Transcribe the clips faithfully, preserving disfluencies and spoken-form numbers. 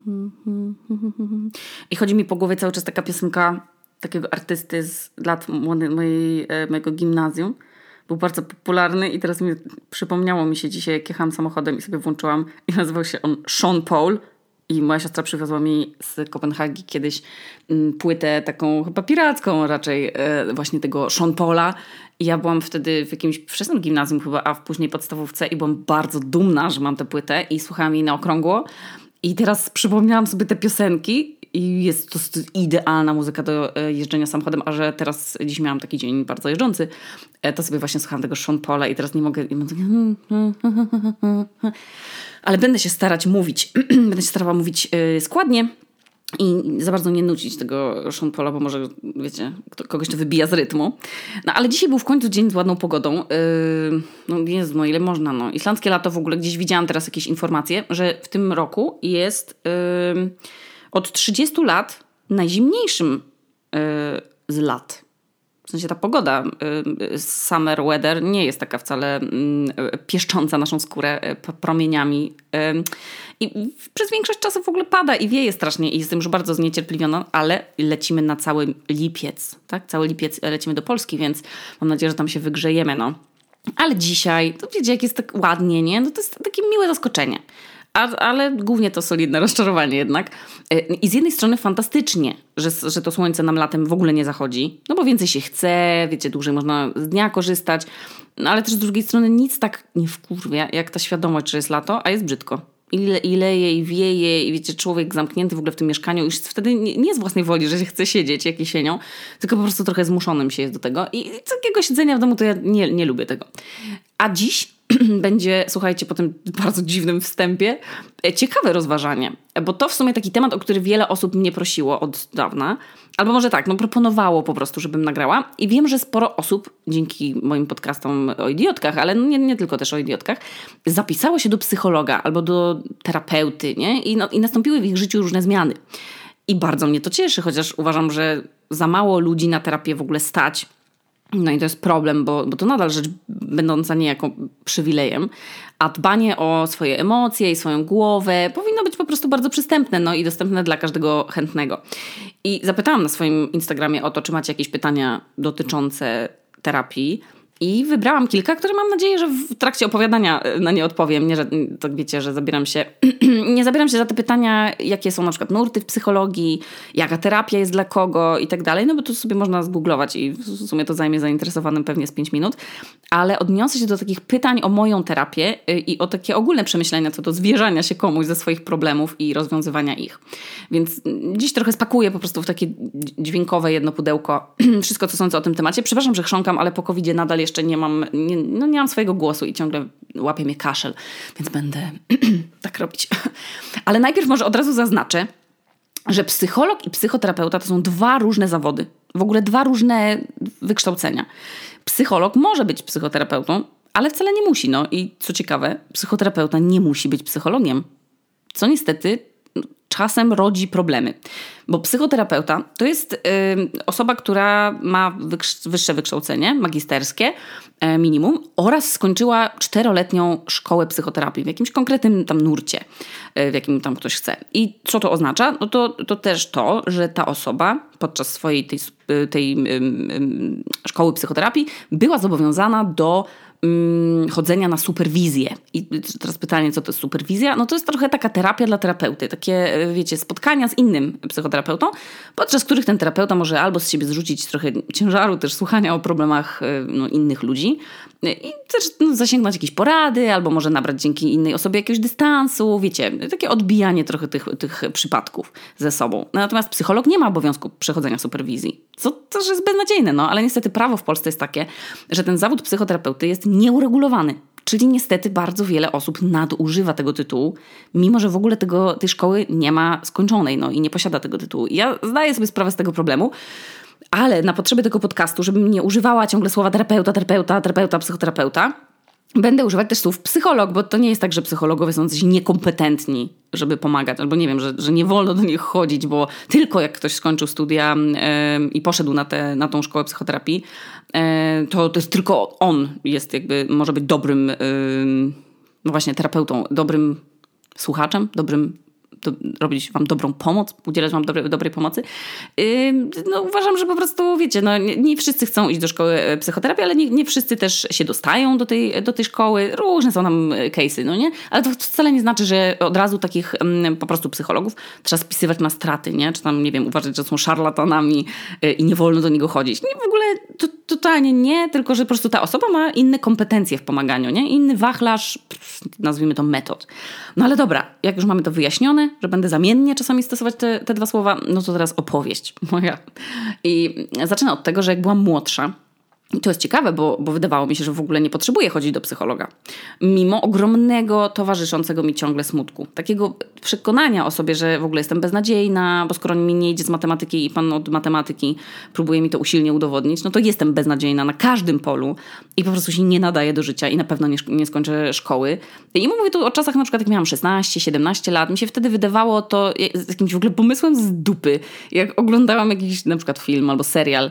I chodzi mi po głowie cały czas taka piosenka takiego artysty z lat młody, mojej, mojego gimnazjum. Był bardzo popularny i teraz mi przypomniało mi się dzisiaj, jak jechałam samochodem i sobie włączyłam i nazywał się on Sean Paul. I moja siostra przywiozła mi z Kopenhagi kiedyś płytę taką chyba piracką raczej właśnie tego Sean Paula. I ja byłam wtedy w jakimś wczesnym gimnazjum chyba, a później podstawówce i byłam bardzo dumna, że mam tę płytę i słuchałam jej na okrągło. I teraz przypomniałam sobie te piosenki i jest to idealna muzyka do jeżdżenia samochodem, a że teraz dziś miałam taki dzień bardzo jeżdżący, to sobie właśnie słuchałam tego Sean Paula i teraz nie mogę... Ale będę się starać mówić, będę się starała mówić składnie i za bardzo nie nucić tego Sean Paula, bo może, wiecie, kogoś to wybija z rytmu. No ale dzisiaj był w końcu dzień z ładną pogodą. Yy, no Jezu, no ile można, no. Islandzkie lato w ogóle, gdzieś widziałam teraz jakieś informacje, że w tym roku jest yy, od trzydziestu lat najzimniejszym yy, z lat. W sensie ta pogoda, y, summer weather, nie jest taka wcale y, pieszcząca naszą skórę y, promieniami. Y, I przez większość czasu w ogóle pada i wieje strasznie i jestem już bardzo zniecierpliwiona, ale lecimy na cały lipiec, tak? Cały lipiec lecimy do Polski, więc mam nadzieję, że tam się wygrzejemy, no. Ale dzisiaj, to wiecie, jak jest tak ładnie, nie? No to jest takie miłe zaskoczenie. A, ale głównie to solidne rozczarowanie jednak. I z jednej strony fantastycznie, że, że to słońce nam latem w ogóle nie zachodzi, no bo więcej się chce, wiecie, dłużej można z dnia korzystać, no ale też z drugiej strony nic tak nie wkurwia, jak ta świadomość, że jest lato, a jest brzydko. I, le, i leje, i wieje, i wiecie, człowiek zamknięty w ogóle w tym mieszkaniu już wtedy nie, nie z własnej woli, że się chce siedzieć jak jesienią, tylko po prostu trochę zmuszonym się jest do tego. I, i takiego siedzenia w domu to ja nie, nie lubię tego. A dziś będzie, słuchajcie, po tym bardzo dziwnym wstępie, ciekawe rozważanie, bo to w sumie taki temat, o który wiele osób mnie prosiło od dawna, albo może tak, no proponowało po prostu, żebym nagrała i wiem, że sporo osób, dzięki moim podcastom o idiotkach, ale nie, nie tylko też o idiotkach, zapisało się do psychologa albo do terapeuty, nie? I, no, i nastąpiły w ich życiu różne zmiany. I bardzo mnie to cieszy, chociaż uważam, że za mało ludzi na terapię w ogóle stać. No i to jest problem, bo, bo to nadal rzecz będąca niejako przywilejem, a dbanie o swoje emocje i swoją głowę powinno być po prostu bardzo przystępne, no i dostępne dla każdego chętnego. I zapytałam na swoim Instagramie o to, czy macie jakieś pytania dotyczące terapii. I wybrałam kilka, które mam nadzieję, że w trakcie opowiadania na nie odpowiem. Nie, że tak wiecie, że zabieram się... nie zabieram się za te pytania, jakie są na przykład nurty w psychologii, jaka terapia jest dla kogo i tak dalej, no bo to sobie można zgooglować i w sumie to zajmie zainteresowanym pewnie z pięć minut. Ale odniosę się do takich pytań o moją terapię i o takie ogólne przemyślenia co do zwierzania się komuś ze swoich problemów i rozwiązywania ich. Więc dziś trochę spakuję po prostu w takie dźwiękowe jedno pudełko wszystko, co sądzę o tym temacie. Przepraszam, że chrząkam, ale po kowidzie nadal jeszcze nie mam, nie, no nie mam swojego głosu i ciągle łapie mnie kaszel, więc będę tak robić. Ale najpierw może od razu zaznaczę, że psycholog i psychoterapeuta to są dwa różne zawody. W ogóle dwa różne wykształcenia. Psycholog może być psychoterapeutą, ale wcale nie musi. No i co ciekawe, psychoterapeuta nie musi być psychologiem. Co niestety czasem rodzi problemy. Bo psychoterapeuta to jest y, osoba, która ma wykrz- wyższe wykształcenie magisterskie y, minimum oraz skończyła czteroletnią szkołę psychoterapii w jakimś konkretnym tam nurcie, y, w jakim tam ktoś chce. I co to oznacza? No to, to też to, że ta osoba podczas swojej tej, tej y, y, szkoły psychoterapii była zobowiązana do chodzenia na superwizję. I teraz pytanie, co to jest superwizja? No to jest trochę taka terapia dla terapeuty. Takie, wiecie, spotkania z innym psychoterapeutą, podczas których ten terapeuta może albo z siebie zrzucić trochę ciężaru też słuchania o problemach no, innych ludzi i też no, zasięgnąć jakieś porady, albo może nabrać dzięki innej osobie jakiegoś dystansu. Wiecie, takie odbijanie trochę tych, tych przypadków ze sobą. Natomiast psycholog nie ma obowiązku przechodzenia superwizji. Co też jest beznadziejne, no, ale niestety prawo w Polsce jest takie, że ten zawód psychoterapeuty jest nieuregulowany. Czyli niestety bardzo wiele osób nadużywa tego tytułu, mimo że w ogóle tego, tej szkoły nie ma skończonej, no i nie posiada tego tytułu. I ja zdaję sobie sprawę z tego problemu, ale na potrzeby tego podcastu, żebym nie używała ciągle słowa terapeuta, terapeuta, terapeuta, psychoterapeuta, będę używać też słów psycholog, bo to nie jest tak, że psychologowie są coś niekompetentni, żeby pomagać, albo nie wiem, że, że nie wolno do nich chodzić, bo tylko jak ktoś skończył studia yy, i poszedł na, te, na tą szkołę psychoterapii, yy, to, to jest tylko on jest jakby, może być dobrym, yy, no właśnie terapeutą, dobrym słuchaczem, dobrym do, robić wam dobrą pomoc, udzielać wam dobre, dobrej pomocy. Yy, no uważam, że po prostu, wiecie, no nie, nie wszyscy chcą iść do szkoły psychoterapii, ale nie, nie wszyscy też się dostają do tej, do tej szkoły. Różne są tam case'y, no nie? Ale to wcale nie znaczy, że od razu takich um, po prostu psychologów trzeba spisywać na straty, nie? Czy tam, nie wiem, uważać, że są szarlatanami yy, i nie wolno do niego chodzić. Nie, w ogóle to, totalnie nie, tylko że po prostu ta osoba ma inne kompetencje w pomaganiu, nie? Inny wachlarz, pff, nazwijmy to metod. No ale dobra, jak już mamy to wyjaśnione, że będę zamiennie czasami stosować te, te dwa słowa, no to teraz opowieść moja. I zacznę od tego, że jak byłam młodsza, i to jest ciekawe, bo, bo wydawało mi się, że w ogóle nie potrzebuję chodzić do psychologa. Mimo ogromnego, towarzyszącego mi ciągle smutku. Takiego przekonania o sobie, że w ogóle jestem beznadziejna, bo skoro mi nie idzie z matematyki i pan od matematyki próbuje mi to usilnie udowodnić, no to jestem beznadziejna na każdym polu i po prostu się nie nadaję do życia i na pewno nie, nie skończę szkoły. I mówię tu o czasach na przykład, jak miałam szesnaście siedemnaście lat, mi się wtedy wydawało to z jakimś w ogóle pomysłem z dupy. Jak oglądałam jakiś na przykład film albo serial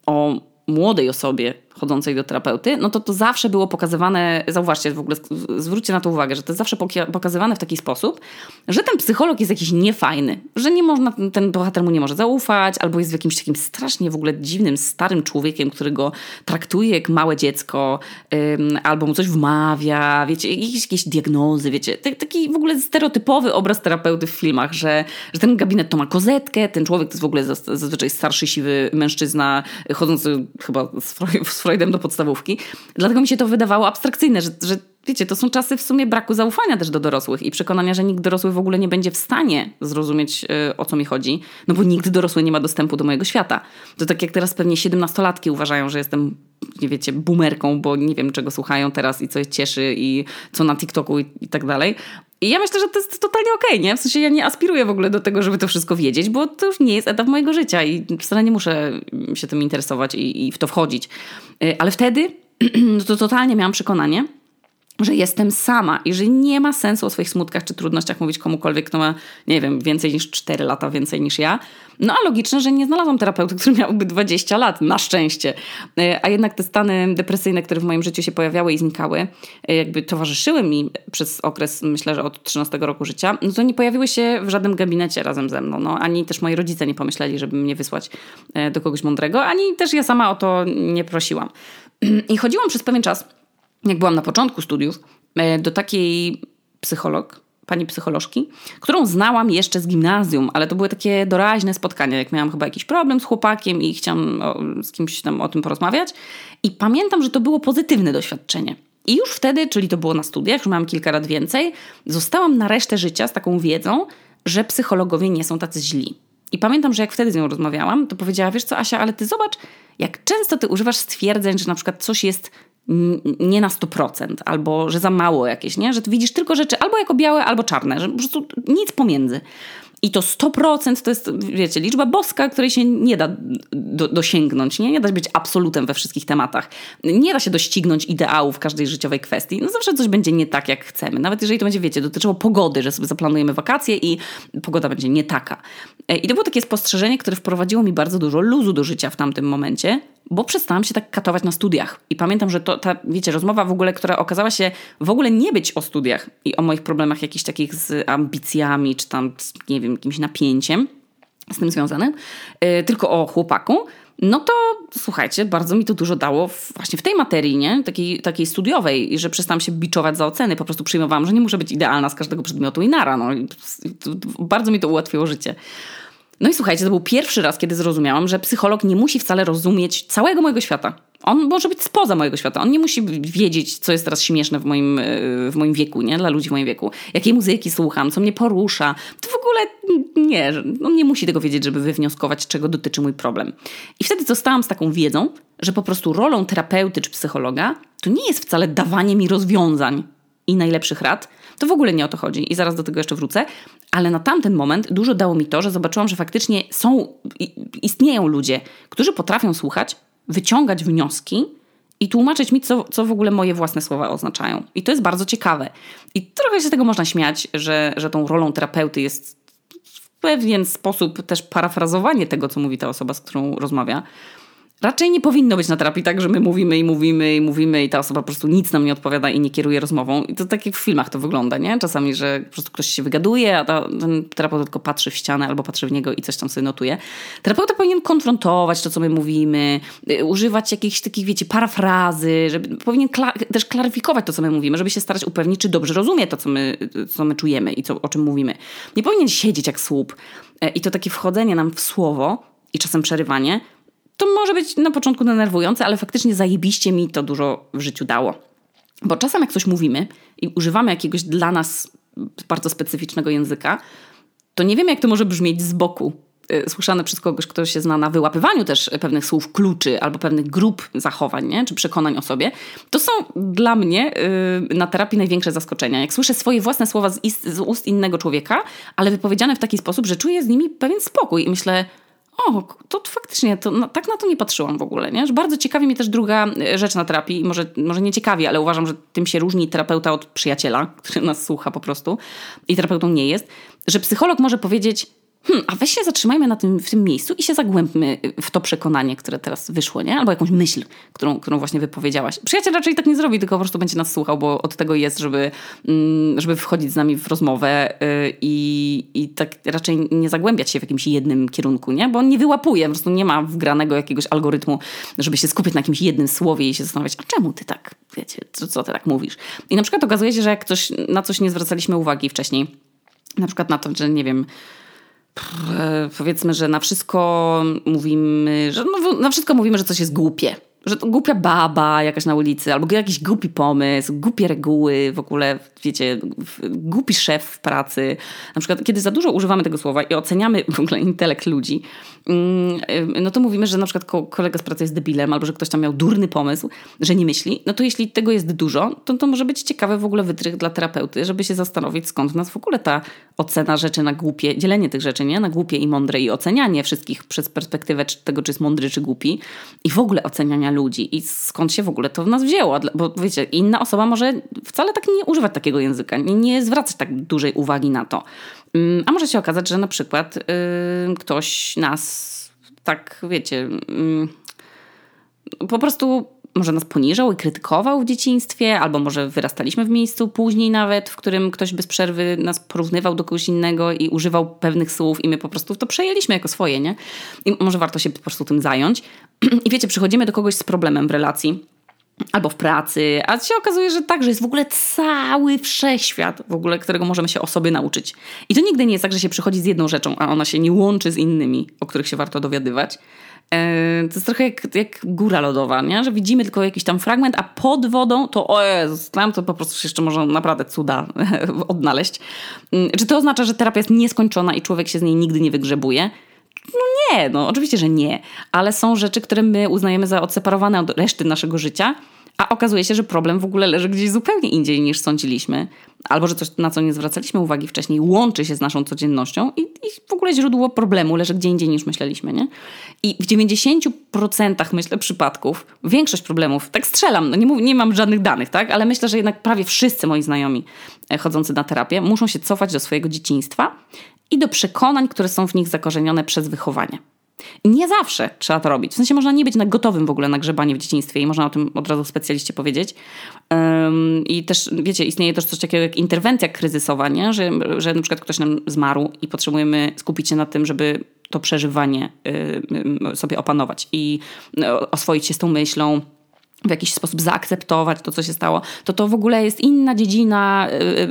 o młodej osobie chodzącej do terapeuty, no to to zawsze było pokazywane, zauważcie, w ogóle zwróćcie na to uwagę, że to jest zawsze pokazywane w taki sposób, że ten psycholog jest jakiś niefajny, że nie można, ten bohater mu nie może zaufać, albo jest jakimś takim strasznie w ogóle dziwnym, starym człowiekiem, który go traktuje jak małe dziecko, ym, albo mu coś wmawia, wiecie, jakieś, jakieś diagnozy, wiecie, taki w ogóle stereotypowy obraz terapeuty w filmach, że, że ten gabinet to ma kozetkę, ten człowiek to jest w ogóle zazwyczaj starszy, siwy mężczyzna, chodzący chyba z Freudem do podstawówki. Dlatego mi się to wydawało abstrakcyjne, że, że wiecie, to są czasy w sumie braku zaufania też do dorosłych i przekonania, że nikt dorosły w ogóle nie będzie w stanie zrozumieć, yy, o co mi chodzi, no bo nikt dorosły nie ma dostępu do mojego świata. To tak jak teraz pewnie siedemnastolatki uważają, że jestem, nie wiecie, boomerką, bo nie wiem, czego słuchają teraz i co ich cieszy i co na TikToku i, i tak dalej. I ja myślę, że to jest totalnie okej, nie? W sensie ja nie aspiruję w ogóle do tego, żeby to wszystko wiedzieć, bo to już nie jest etap mojego życia i wcale nie muszę się tym interesować i, i w to wchodzić. Ale wtedy no to totalnie miałam przekonanie, że jestem sama i że nie ma sensu o swoich smutkach czy trudnościach mówić komukolwiek, kto ma, nie wiem, więcej niż cztery lata więcej niż ja. No a logiczne, że nie znalazłam terapeuty, który miałby dwadzieścia lat, na szczęście. A jednak te stany depresyjne, które w moim życiu się pojawiały i znikały, jakby towarzyszyły mi przez okres, myślę, że od trzynastego roku życia, no to nie pojawiły się w żadnym gabinecie razem ze mną. No, ani też moi rodzice nie pomyśleli, żeby mnie wysłać do kogoś mądrego, ani też ja sama o to nie prosiłam. I chodziłam przez pewien czas, jak byłam na początku studiów, do takiej psycholog, pani psycholożki, którą znałam jeszcze z gimnazjum, ale to były takie doraźne spotkania, jak miałam chyba jakiś problem z chłopakiem i chciałam o, z kimś tam o tym porozmawiać. I pamiętam, że to było pozytywne doświadczenie. I już wtedy, czyli to było na studiach, już miałam kilka lat więcej, zostałam na resztę życia z taką wiedzą, że psychologowie nie są tacy źli. I pamiętam, że jak wtedy z nią rozmawiałam, to powiedziała, wiesz co, Asia, ale ty zobacz, jak często ty używasz stwierdzeń, że na przykład coś jest nie na sto procent, albo że za mało jakieś, nie? Że ty widzisz tylko rzeczy albo jako białe, albo czarne, że po prostu nic pomiędzy. I to sto procent to jest, wiecie, liczba boska, której się nie da do, dosięgnąć, nie? Nie da się być absolutem we wszystkich tematach. Nie da się doścignąć ideału w każdej życiowej kwestii. No zawsze coś będzie nie tak, jak chcemy. Nawet jeżeli to będzie, wiecie, dotyczyło pogody, że sobie zaplanujemy wakacje i pogoda będzie nie taka. I to było takie spostrzeżenie, które wprowadziło mi bardzo dużo luzu do życia w tamtym momencie, bo przestałam się tak katować na studiach. I pamiętam, że to ta, wiecie, rozmowa w ogóle, która okazała się w ogóle nie być o studiach i o moich problemach jakichś takich z ambicjami, czy tam, nie wiem, jakimś napięciem z tym związanym, yy, tylko o chłopaku, no to słuchajcie, bardzo mi to dużo dało w, właśnie w tej materii, nie? Takiej, takiej studiowej, i że przestałam się biczować za oceny, po prostu przyjmowałam, że nie muszę być idealna z każdego przedmiotu i nara. No. I to, to, bardzo mi to ułatwiło życie. No i słuchajcie, to był pierwszy raz, kiedy zrozumiałam, że psycholog nie musi wcale rozumieć całego mojego świata. On może być spoza mojego świata. On nie musi wiedzieć, co jest teraz śmieszne w moim, w moim wieku, nie? Dla ludzi w moim wieku. Jakiej muzyki słucham, co mnie porusza. To w ogóle nie. On nie musi tego wiedzieć, żeby wywnioskować, czego dotyczy mój problem. I wtedy zostałam z taką wiedzą, że po prostu rolą terapeuty czy psychologa to nie jest wcale dawanie mi rozwiązań i najlepszych rad. To w ogóle nie o to chodzi i zaraz do tego jeszcze wrócę. Ale na tamten moment dużo dało mi to, że zobaczyłam, że faktycznie są, istnieją ludzie, którzy potrafią słuchać, wyciągać wnioski i tłumaczyć mi, co, co w ogóle moje własne słowa oznaczają. I to jest bardzo ciekawe. I trochę się z tego można śmiać, że, że tą rolą terapeuty jest w pewien sposób też parafrazowanie tego, co mówi ta osoba, z którą rozmawia. Raczej nie powinno być na terapii tak, że my mówimy i mówimy i mówimy i ta osoba po prostu nic nam nie odpowiada i nie kieruje rozmową. I to tak jak w filmach to wygląda, nie? Czasami, że po prostu ktoś się wygaduje, a ta, ten terapeuta tylko patrzy w ścianę albo patrzy w niego i coś tam sobie notuje. Terapeuta powinien konfrontować to, co my mówimy, używać jakichś takich, wiecie, parafrazy, żeby, powinien kla- też klaryfikować to, co my mówimy, żeby się starać upewnić, czy dobrze rozumie to, co my, co my czujemy i co, o czym mówimy. Nie powinien siedzieć jak słup. I to takie wchodzenie nam w słowo i czasem przerywanie, to może być na początku denerwujące, ale faktycznie zajebiście mi to dużo w życiu dało. Bo czasem jak coś mówimy i używamy jakiegoś dla nas bardzo specyficznego języka, to nie wiemy, jak to może brzmieć z boku. Słyszane przez kogoś, kto się zna na wyłapywaniu też pewnych słów kluczy albo pewnych grup zachowań, nie? Czy przekonań o sobie. To są dla mnie yy, na terapii największe zaskoczenia. Jak słyszę swoje własne słowa z, ist, z ust innego człowieka, ale wypowiedziane w taki sposób, że czuję z nimi pewien spokój i myślę, o, to faktycznie, to, no, tak na to nie patrzyłam w ogóle, nie? Że bardzo ciekawi mnie też druga rzecz na terapii, może, może nie ciekawi, ale uważam, że tym się różni terapeuta od przyjaciela, który nas słucha po prostu i terapeutą nie jest, że psycholog może powiedzieć, Hmm, a weź się zatrzymajmy na tym, w tym miejscu i się zagłębmy w to przekonanie, które teraz wyszło, nie? Albo jakąś myśl, którą, którą właśnie wypowiedziałaś. Przyjaciel raczej tak nie zrobi, tylko po prostu będzie nas słuchał, bo od tego jest, żeby, żeby wchodzić z nami w rozmowę i, i tak raczej nie zagłębiać się w jakimś jednym kierunku, nie? Bo on nie wyłapuje, po prostu nie ma wgranego jakiegoś algorytmu, żeby się skupić na jakimś jednym słowie i się zastanawiać, a czemu ty tak, wiecie, co, co ty tak mówisz? I na przykład okazuje się, że jak ktoś, na coś nie zwracaliśmy uwagi wcześniej, na przykład na to, że nie wiem, powiedzmy, że na wszystko mówimy, że no, na wszystko mówimy, że coś jest głupie. Że to głupia baba jakaś na ulicy, albo jakiś głupi pomysł, głupie reguły, w ogóle, wiecie, głupi szef w pracy. Na przykład, kiedy za dużo używamy tego słowa i oceniamy w ogóle intelekt ludzi, no to mówimy, że na przykład kolega z pracy jest debilem, albo że ktoś tam miał durny pomysł, że nie myśli. No to jeśli tego jest dużo, to to może być ciekawy w ogóle wytrych dla terapeuty, żeby się zastanowić, skąd w nas w ogóle ta ocena rzeczy na głupie, dzielenie tych rzeczy, nie? Na głupie i mądre i ocenianie wszystkich przez perspektywę tego, czy jest mądry, czy głupi i w ogóle oceniania ludzi i skąd się w ogóle to w nas wzięło. Bo wiecie, inna osoba może wcale tak nie używać takiego języka, nie, nie zwracać tak dużej uwagi na to. A może się okazać, że na przykład yy, ktoś nas tak, wiecie, yy, po prostu może nas poniżał i krytykował w dzieciństwie, albo może wyrastaliśmy w miejscu później nawet, w którym ktoś bez przerwy nas porównywał do kogoś innego i używał pewnych słów i my po prostu to przejęliśmy jako swoje, nie? I może warto się po prostu tym zająć. I wiecie, przychodzimy do kogoś z problemem w relacji albo w pracy, a się okazuje, że tak, że jest w ogóle cały wszechświat, w ogóle, którego możemy się o sobie nauczyć. I to nigdy nie jest tak, że się przychodzi z jedną rzeczą, a ona się nie łączy z innymi, o których się warto dowiadywać. To jest trochę jak, jak góra lodowa, nie? Że widzimy tylko jakiś tam fragment, a pod wodą to o Jezus, tam to po prostu się jeszcze można naprawdę cuda odnaleźć. Czy to oznacza, że terapia jest nieskończona i człowiek się z niej nigdy nie wygrzebuje? No nie, no oczywiście, że nie. Ale są rzeczy, które my uznajemy za odseparowane od reszty naszego życia, a okazuje się, że problem w ogóle leży gdzieś zupełnie indziej niż sądziliśmy. Albo że coś, na co nie zwracaliśmy uwagi wcześniej, łączy się z naszą codziennością i, i w ogóle źródło problemu leży gdzie indziej niż myśleliśmy, nie? I w dziewięćdziesięciu procentach, myślę, przypadków, większość problemów, tak strzelam, no nie, mów, nie mam żadnych danych, tak? Ale myślę, że jednak prawie wszyscy moi znajomi chodzący na terapię muszą się cofać do swojego dzieciństwa i do przekonań, które są w nich zakorzenione przez wychowanie. Nie zawsze trzeba to robić. W sensie można nie być na gotowym w ogóle na grzebanie w dzieciństwie i można o tym od razu specjaliście powiedzieć. Um, I też, wiecie, istnieje też coś takiego jak interwencja kryzysowa, nie? Że, że na przykład ktoś nam zmarł i potrzebujemy skupić się na tym, żeby to przeżywanie y, y, sobie opanować i y, oswoić się z tą myślą, w jakiś sposób zaakceptować to, co się stało, to to w ogóle jest inna dziedzina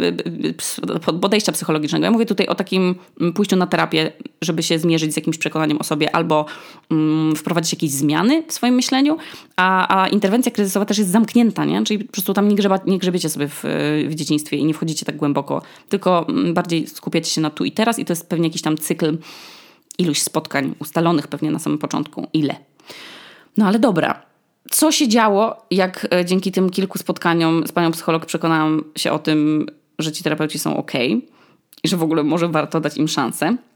podejścia psychologicznego. Ja mówię tutaj o takim pójściu na terapię, żeby się zmierzyć z jakimś przekonaniem o sobie albo um, wprowadzić jakieś zmiany w swoim myśleniu, a, a interwencja kryzysowa też jest zamknięta, nie? Czyli po prostu tam nie, grzeba, nie grzebiecie sobie w, w dzieciństwie i nie wchodzicie tak głęboko, tylko bardziej skupiacie się na tu i teraz i to jest pewnie jakiś tam cykl iluś spotkań ustalonych pewnie na samym początku. Ile? No ale dobra. Co się działo, jak dzięki tym kilku spotkaniom z panią psycholog przekonałam się o tym, że ci terapeuci są okej i że w ogóle może warto dać im szansę.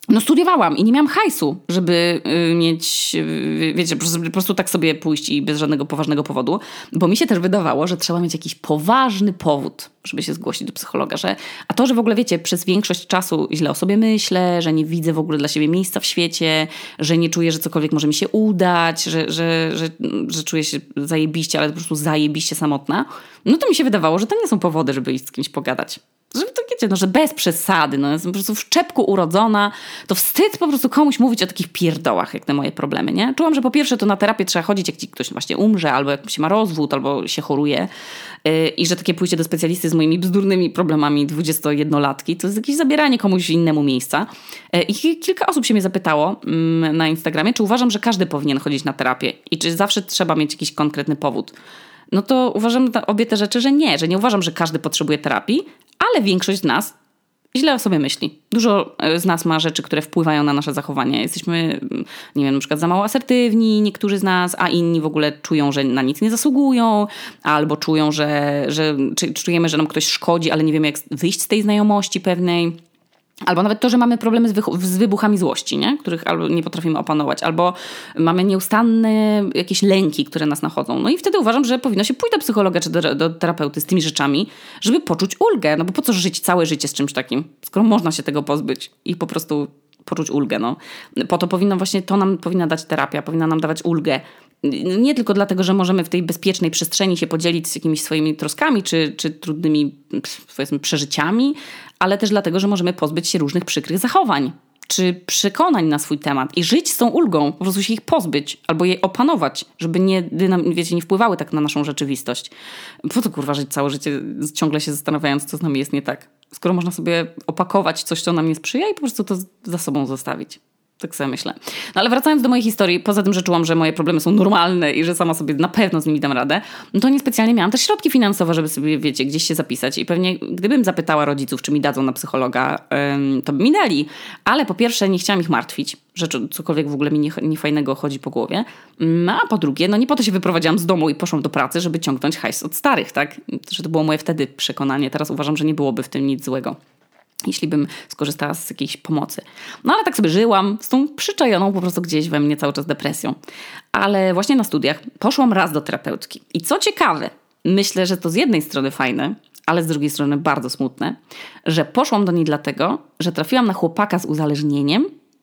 no studiowałam i nie miałam hajsu, żeby y, mieć, y, wiecie, po prostu tak sobie pójść i bez żadnego poważnego powodu, bo mi się też wydawało, że trzeba mieć jakiś poważny powód, żeby się zgłosić do psychologa, że, a to, że w ogóle, wiecie, przez większość czasu źle o sobie myślę, że nie widzę w ogóle dla siebie miejsca w świecie, że nie czuję, że cokolwiek może mi się udać, że, że, że, że czuję się zajebiście, ale po prostu zajebiście samotna, no to mi się wydawało, że to nie są powody, żeby iść z kimś pogadać. Żeby to, wiecie, no, że bez przesady, no, jestem po prostu w czepku urodzona, to wstyd po prostu komuś mówić o takich pierdołach, jak te moje problemy, nie? Czułam, że po pierwsze to na terapię trzeba chodzić, jak ci ktoś właśnie umrze, albo jak się ma rozwód, albo się choruje yy, i że takie pójście do specjalisty z moimi bzdurnymi problemami dwudziestojednolatki to jest jakieś zabieranie komuś innemu miejsca. Yy, I kilka osób się mnie zapytało yy, na Instagramie, czy uważam, że każdy powinien chodzić na terapię i czy zawsze trzeba mieć jakiś konkretny powód. No to uważam ta, obie te rzeczy, że nie, że nie uważam, że każdy potrzebuje terapii, ale większość z nas źle o sobie myśli. Dużo z nas ma rzeczy, które wpływają na nasze zachowanie. Jesteśmy, nie wiem, na przykład za mało asertywni, niektórzy z nas, a inni w ogóle czują, że na nic nie zasługują, albo czują, że, że czy, czujemy, że nam ktoś szkodzi, ale nie wiemy, jak wyjść z tej znajomości pewnej. Albo nawet to, że mamy problemy z, wychu- z wybuchami złości, nie? Których albo nie potrafimy opanować, albo mamy nieustanne jakieś lęki, które nas nachodzą. No i wtedy uważam, że powinno się pójść do psychologa czy do, do terapeuty z tymi rzeczami, żeby poczuć ulgę. No bo po co żyć całe życie z czymś takim, skoro można się tego pozbyć i po prostu poczuć ulgę. No. Po to powinno właśnie, to nam powinna dać terapia, powinna nam dawać ulgę. Nie tylko dlatego, że możemy w tej bezpiecznej przestrzeni się podzielić z jakimiś swoimi troskami czy, czy trudnymi, powiedzmy, przeżyciami, ale też dlatego, że możemy pozbyć się różnych przykrych zachowań czy przekonań na swój temat i żyć z tą ulgą, po prostu się ich pozbyć albo je opanować, żeby nie, dynam- wiecie, nie wpływały tak na naszą rzeczywistość. Po to kurwa żyć całe życie ciągle się zastanawiając, co z nami jest nie tak. Skoro można sobie opakować coś, co nam nie sprzyja i po prostu to za sobą zostawić. Tak sobie myślę. No ale wracając do mojej historii, poza tym, że czułam, że moje problemy są normalne i że sama sobie na pewno z nimi dam radę, no to niespecjalnie miałam też środki finansowe, żeby sobie, wiecie, gdzieś się zapisać. I pewnie gdybym zapytała rodziców, czy mi dadzą na psychologa, ym, to by mi dali. Ale po pierwsze nie chciałam ich martwić, że cokolwiek w ogóle mi niefajnego chodzi po głowie. No, a po drugie, no nie po to się wyprowadziłam z domu i poszłam do pracy, żeby ciągnąć hajs od starych, tak? Że to było moje wtedy przekonanie. Teraz uważam, że nie byłoby w tym nic złego, jeśli bym skorzystała z jakiejś pomocy. No ale tak sobie żyłam z tą przyczajoną po prostu gdzieś we mnie cały czas depresją. Ale właśnie na studiach poszłam raz do terapeutki. I co ciekawe, myślę, że to z jednej strony fajne, ale z drugiej strony bardzo smutne, że poszłam do niej dlatego, że trafiłam na chłopaka z uzależnieniem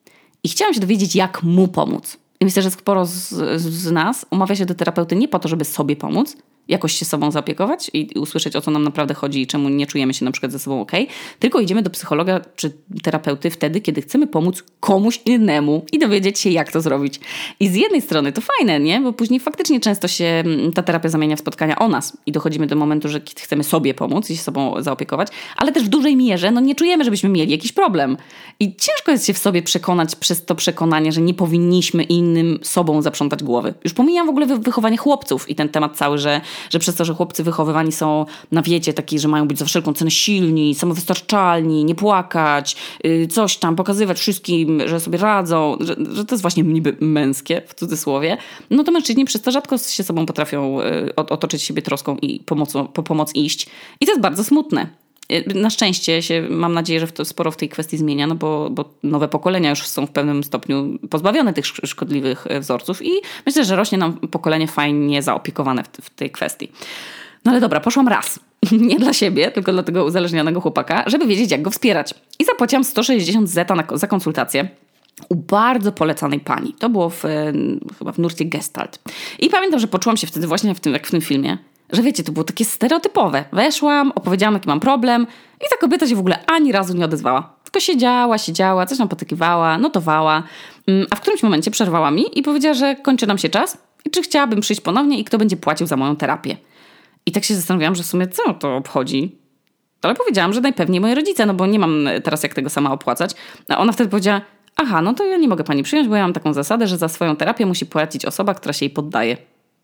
i chciałam się dowiedzieć, jak mu pomóc. I myślę, że sporo z, z nas umawia się do terapeuty nie po to, żeby sobie pomóc, jakoś się sobą zaopiekować i usłyszeć, o co nam naprawdę chodzi i czemu nie czujemy się na przykład ze sobą okej, tylko idziemy do psychologa czy terapeuty wtedy, kiedy chcemy pomóc komuś innemu i dowiedzieć się, jak to zrobić. I z jednej strony to fajne, nie? Bo później faktycznie często się ta terapia zamienia w spotkania o nas i dochodzimy do momentu, że chcemy sobie pomóc i się sobą zaopiekować, ale też w dużej mierze no nie czujemy, żebyśmy mieli jakiś problem. I ciężko jest się w sobie przekonać przez to przekonanie, że nie powinniśmy innym sobą zaprzątać głowy. Już pomijam w ogóle wychowanie chłopców i ten temat cały, że że przez to, że chłopcy wychowywani są na wiecie taki, że mają być za wszelką cenę silni, samowystarczalni, nie płakać, yy, coś tam, pokazywać wszystkim, że sobie radzą, że, że to jest właśnie niby męskie, w cudzysłowie, no to mężczyźni przez to rzadko się sobą potrafią yy, otoczyć siebie troską i pomocą, po pomoc iść. I to jest bardzo smutne. Na szczęście się, mam nadzieję, że w to, sporo w tej kwestii zmienia, no bo, bo nowe pokolenia już są w pewnym stopniu pozbawione tych szkodliwych wzorców i myślę, że rośnie nam pokolenie fajnie zaopiekowane w, w tej kwestii. No ale dobra, poszłam raz. Nie dla siebie, tylko dla tego uzależnionego chłopaka, żeby wiedzieć, jak go wspierać. I zapłaciłam sto sześćdziesiąt zeta na, za konsultację u bardzo polecanej pani. To było w, chyba w nurcie Gestalt. I pamiętam, że poczułam się wtedy właśnie w tym, jak w tym filmie, że wiecie, to było takie stereotypowe. Weszłam, opowiedziałam, jaki mam problem i ta kobieta się w ogóle ani razu nie odezwała. Tylko siedziała, siedziała, coś tam potykiwała, notowała, a w którymś momencie przerwała mi i powiedziała, że kończy nam się czas i czy chciałabym przyjść ponownie i kto będzie płacił za moją terapię. I tak się zastanawiałam, że w sumie co to obchodzi. Ale powiedziałam, że najpewniej moi rodzice, no bo nie mam teraz jak tego sama opłacać. A ona wtedy powiedziała, aha, no to ja nie mogę pani przyjąć, bo ja mam taką zasadę, że za swoją terapię musi płacić osoba, która się jej poddaje.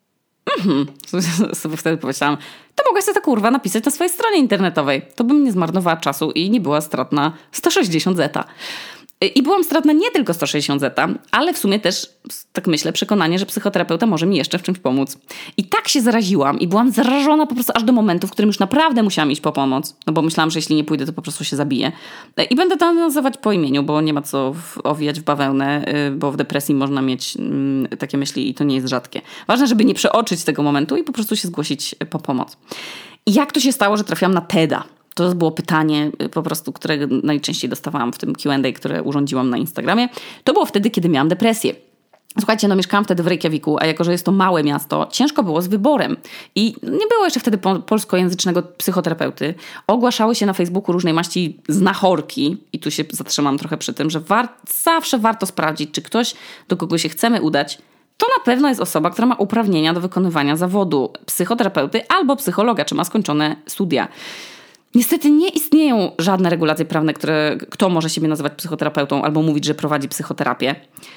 Mhm, sobie wtedy powiedziałam, to mogłaś sobie ta kurwa napisać na swojej stronie internetowej. To bym nie zmarnowała czasu i nie była stratna sto sześćdziesiąt zeta. I byłam stratna nie tylko sto sześćdziesiąt zeta, ale w sumie też, tak myślę, przekonanie, że psychoterapeuta może mi jeszcze w czymś pomóc. I tak się zaraziłam i byłam zarażona po prostu aż do momentu, w którym już naprawdę musiałam iść po pomoc. No bo myślałam, że jeśli nie pójdę, to po prostu się zabiję. I będę to nazywać po imieniu, bo nie ma co owijać w bawełnę, bo w depresji można mieć takie myśli i to nie jest rzadkie. Ważne, żeby nie przeoczyć tego momentu i po prostu się zgłosić po pomoc. I jak to się stało, że trafiłam na TEDa? To było pytanie po prostu, które najczęściej dostawałam w tym Q and A, które urządziłam na Instagramie. To było wtedy, kiedy miałam depresję. Słuchajcie, no mieszkałam wtedy w Reykjaviku, a jako, że jest to małe miasto, ciężko było z wyborem. I nie było jeszcze wtedy polskojęzycznego psychoterapeuty. Ogłaszały się na Facebooku różnej maści znachorki. I tu się zatrzymam trochę przy tym, że war- zawsze warto sprawdzić, czy ktoś, do kogo się chcemy udać, to na pewno jest osoba, która ma uprawnienia do wykonywania zawodu psychoterapeuty albo psychologa, czy ma skończone studia. Niestety nie istnieją żadne regulacje prawne, które kto może siebie nazywać psychoterapeutą albo mówić, że prowadzi psychoterapię.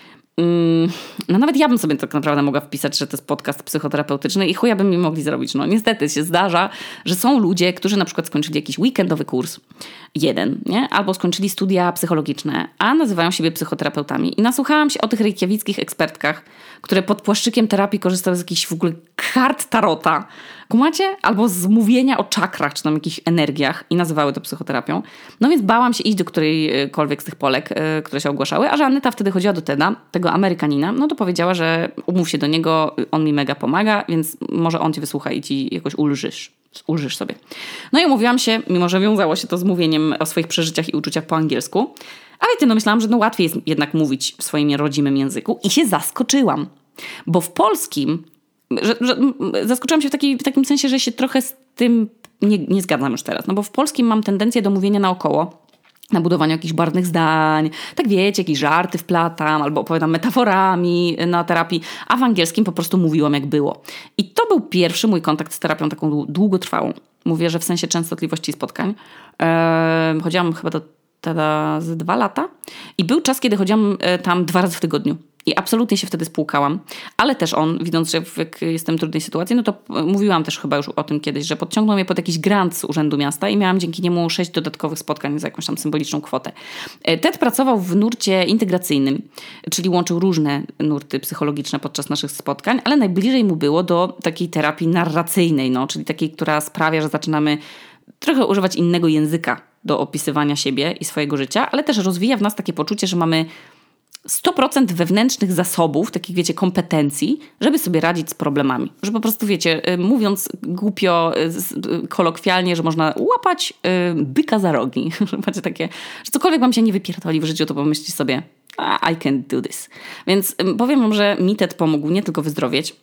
No nawet ja bym sobie tak naprawdę mogła wpisać, że to jest podcast psychoterapeutyczny i chuja by mi mogli zrobić. No niestety się zdarza, że są ludzie, którzy na przykład skończyli jakiś weekendowy kurs, jeden, nie? Albo skończyli studia psychologiczne, a nazywają siebie psychoterapeutami. I nasłuchałam się o tych reykjawickich ekspertkach, które pod płaszczykiem terapii korzystały z jakichś w ogóle kart tarota. Kumacie? Albo z mówienia o czakrach, czy tam jakichś energiach i nazywały to psychoterapią. No więc bałam się iść do którejkolwiek z tych Polek, yy, które się ogłaszały, a że Aneta wtedy chodziła do TEDa, tego Amerykanina, no to powiedziała, że umów się do niego, on mi mega pomaga, więc może on cię wysłucha i ci jakoś ulżysz. Ulżysz sobie. No i umówiłam się, mimo że wiązało się to z mówieniem o swoich przeżyciach i uczuciach po angielsku. A wiecie, no myślałam, że no łatwiej jest jednak mówić w swoim rodzimym języku i się zaskoczyłam. Bo w polskim Że, że, zaskoczyłam się w, taki, w takim sensie, że się trochę z tym nie, nie zgadzam już teraz. No bo w polskim mam tendencję do mówienia naokoło, na budowaniu jakichś barwnych zdań. Tak wiecie, jakieś żarty wplatam albo opowiadam metaforami na terapii, a w angielskim po prostu mówiłam jak było. I to był pierwszy mój kontakt z terapią taką długotrwałą. Mówię, że w sensie częstotliwości spotkań. Eee, chodziłam chyba do TEDa z dwa lata i był czas, kiedy chodziłam tam dwa razy w tygodniu. I absolutnie się wtedy spłukałam. Ale też on, widząc, że jak jestem w trudnej sytuacji, no to mówiłam też chyba już o tym kiedyś, że podciągnął mnie pod jakiś grant z Urzędu Miasta i miałam dzięki niemu sześć dodatkowych spotkań za jakąś tam symboliczną kwotę. TED pracował w nurcie integracyjnym, czyli łączył różne nurty psychologiczne podczas naszych spotkań, ale najbliżej mu było do takiej terapii narracyjnej, no, czyli takiej, która sprawia, że zaczynamy trochę używać innego języka do opisywania siebie i swojego życia, ale też rozwija w nas takie poczucie, że mamy sto procent wewnętrznych zasobów, takich wiecie, kompetencji, żeby sobie radzić z problemami. Że po prostu wiecie, mówiąc głupio, kolokwialnie, że można łapać byka za rogi. Że macie takie, że cokolwiek wam się nie wypierdoli w życiu, to pomyślcie sobie I can do this. Więc powiem wam, że mi TED pomógł nie tylko wyzdrowieć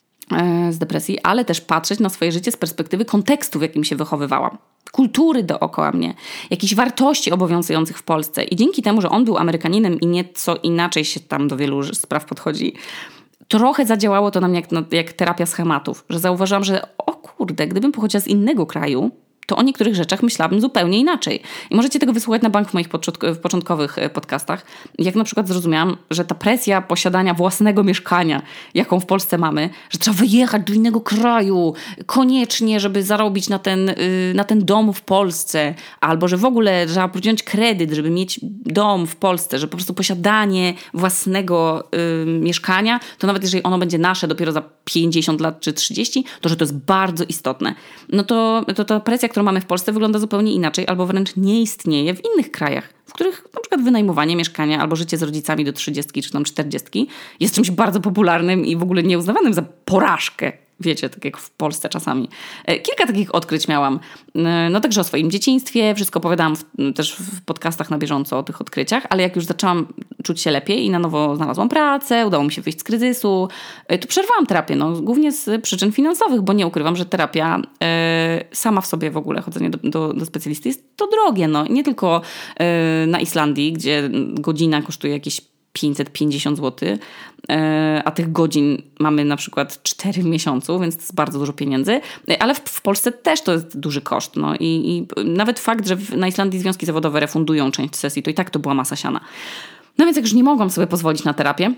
z depresji, ale też patrzeć na swoje życie z perspektywy kontekstu, w jakim się wychowywałam. Kultury dookoła mnie, jakichś wartości obowiązujących w Polsce. I dzięki temu, że on był Amerykaninem i nieco inaczej się tam do wielu spraw podchodzi, trochę zadziałało to na mnie jak, jak terapia schematów. Że zauważyłam, że o kurde, gdybym pochodziła z innego kraju, to o niektórych rzeczach myślałabym zupełnie inaczej. I możecie tego wysłuchać na bank w moich w początkowych podcastach. Jak na przykład zrozumiałam, że ta presja posiadania własnego mieszkania, jaką w Polsce mamy, że trzeba wyjechać do innego kraju koniecznie, żeby zarobić na ten, na ten dom w Polsce, albo że w ogóle trzeba wziąć kredyt, żeby mieć dom w Polsce, że po prostu posiadanie własnego y, mieszkania, to nawet jeżeli ono będzie nasze dopiero za pięćdziesiąt lat czy trzydzieści, to że to jest bardzo istotne. No to, to ta presja, którą mamy w Polsce, wygląda zupełnie inaczej, albo wręcz nie istnieje w innych krajach, w których na przykład wynajmowanie mieszkania albo życie z rodzicami do trzydziestki czy tam czterdziestki jest czymś bardzo popularnym i w ogóle nieuznawanym za porażkę. Wiecie, tak jak w Polsce czasami. Kilka takich odkryć miałam. No także o swoim dzieciństwie, wszystko opowiadałam w, też w podcastach na bieżąco o tych odkryciach, ale jak już zaczęłam czuć się lepiej i na nowo znalazłam pracę, udało mi się wyjść z kryzysu, to przerwałam terapię, no, głównie z przyczyn finansowych, bo nie ukrywam, że terapia e, sama w sobie w ogóle, chodzenie do, do, do specjalisty jest to drogie. No. Nie tylko e, na Islandii, gdzie godzina kosztuje jakieś pięćset pięćdziesiąt złotych, a tych godzin mamy na przykład cztery w miesiącu, więc to jest bardzo dużo pieniędzy, ale w, w Polsce też to jest duży koszt. No. I, i nawet fakt, że w, na Islandii związki zawodowe refundują część sesji, to i tak to była masa siana. No więc jak już nie mogłam sobie pozwolić na terapię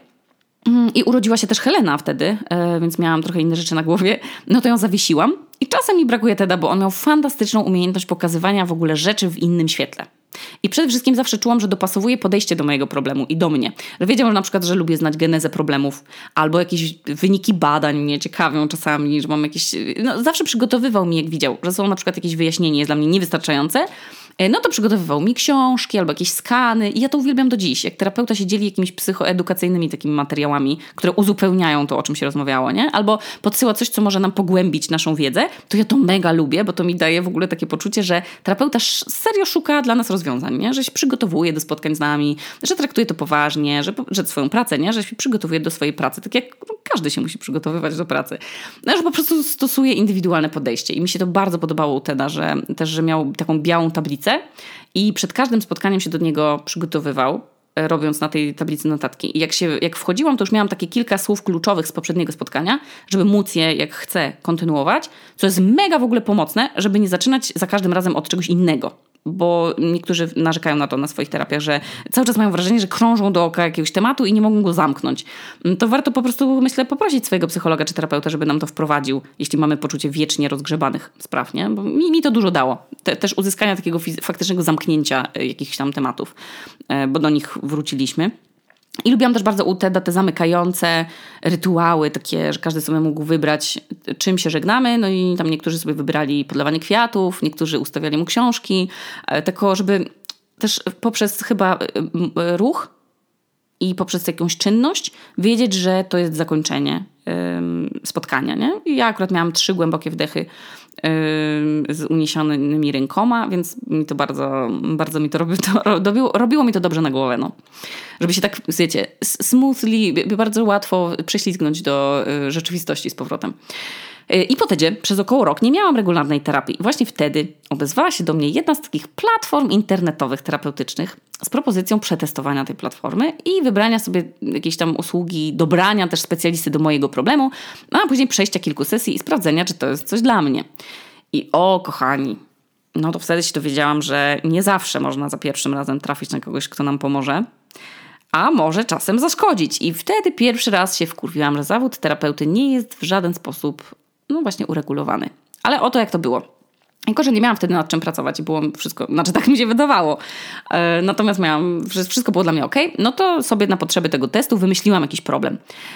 i urodziła się też Helena wtedy, więc miałam trochę inne rzeczy na głowie, no to ją zawiesiłam i czasem mi brakuje TEDa, bo on miał fantastyczną umiejętność pokazywania w ogóle rzeczy w innym świetle. I przede wszystkim zawsze czułam, że dopasowuje podejście do mojego problemu i do mnie. Że wiedziałam na przykład, że lubię znać genezę problemów albo jakieś wyniki badań mnie ciekawią czasami, że mam jakieś... No, zawsze przygotowywał mi, jak widział, że są na przykład jakieś wyjaśnienie, jest dla mnie niewystarczające, no to przygotowywał mi książki albo jakieś skany i ja to uwielbiam do dziś. Jak terapeuta się dzieli jakimiś psychoedukacyjnymi takimi materiałami, które uzupełniają to, o czym się rozmawiało, nie? Albo podsyła coś, co może nam pogłębić naszą wiedzę, to ja to mega lubię, bo to mi daje w ogóle takie poczucie, że terapeuta serio szuka dla nas rozwiązań, nie? Że się przygotowuje do spotkań z nami, że traktuje to poważnie, że, że swoją pracę, nie? Że się przygotowuje do swojej pracy, tak jak no, każdy się musi przygotowywać do pracy. No, że po prostu stosuje indywidualne podejście i mi się to bardzo podobało u Teda, że też, że miał taką białą tablicę i przed każdym spotkaniem się do niego przygotowywał, robiąc na tej tablicy notatki. I jak, się, jak wchodziłam, to już miałam takie kilka słów kluczowych z poprzedniego spotkania, żeby móc je, jak chcę, kontynuować, co jest mega w ogóle pomocne, żeby nie zaczynać za każdym razem od czegoś innego. Bo niektórzy narzekają na to na swoich terapiach, że cały czas mają wrażenie, że krążą dookoła jakiegoś tematu i nie mogą go zamknąć. To warto po prostu, myślę, poprosić swojego psychologa czy terapeuta, żeby nam to wprowadził, jeśli mamy poczucie wiecznie rozgrzebanych spraw, nie? Bo mi, mi to dużo dało. Te, też uzyskania takiego fizy- faktycznego zamknięcia jakichś tam tematów, bo do nich wróciliśmy. I lubiłam też bardzo u Teda te zamykające rytuały, takie, że każdy sobie mógł wybrać, czym się żegnamy. No i tam niektórzy sobie wybrali podlewanie kwiatów, niektórzy ustawiali mu książki. Tako, żeby też poprzez chyba ruch i poprzez jakąś czynność wiedzieć, że to jest zakończenie ym, spotkania. Nie? I ja akurat miałam trzy głębokie wdechy ym, z uniesionymi rękoma, więc mi to bardzo, bardzo mi to, robi, to robiło, robiło mi to dobrze na głowę. No. Żeby się tak, wiecie, smoothly, bardzo łatwo prześlizgnąć do y, rzeczywistości z powrotem. I po Tedzie przez około rok nie miałam regularnej terapii. I właśnie wtedy odezwała się do mnie jedna z takich platform internetowych terapeutycznych z propozycją przetestowania tej platformy i wybrania sobie jakiejś tam usługi, dobrania też specjalisty do mojego problemu, a później przejścia kilku sesji i sprawdzenia, czy to jest coś dla mnie. I o, kochani, no to wtedy się dowiedziałam, że nie zawsze można za pierwszym razem trafić na kogoś, kto nam pomoże, a może czasem zaszkodzić. I wtedy pierwszy raz się wkurwiłam, że zawód terapeuty nie jest w żaden sposób no właśnie uregulowany. Ale oto jak to było. Jako, że nie miałam wtedy nad czym pracować i było wszystko, znaczy tak mi się wydawało. E, natomiast miałam, wszystko było dla mnie okej, no to sobie na potrzeby tego testu wymyśliłam jakiś problem.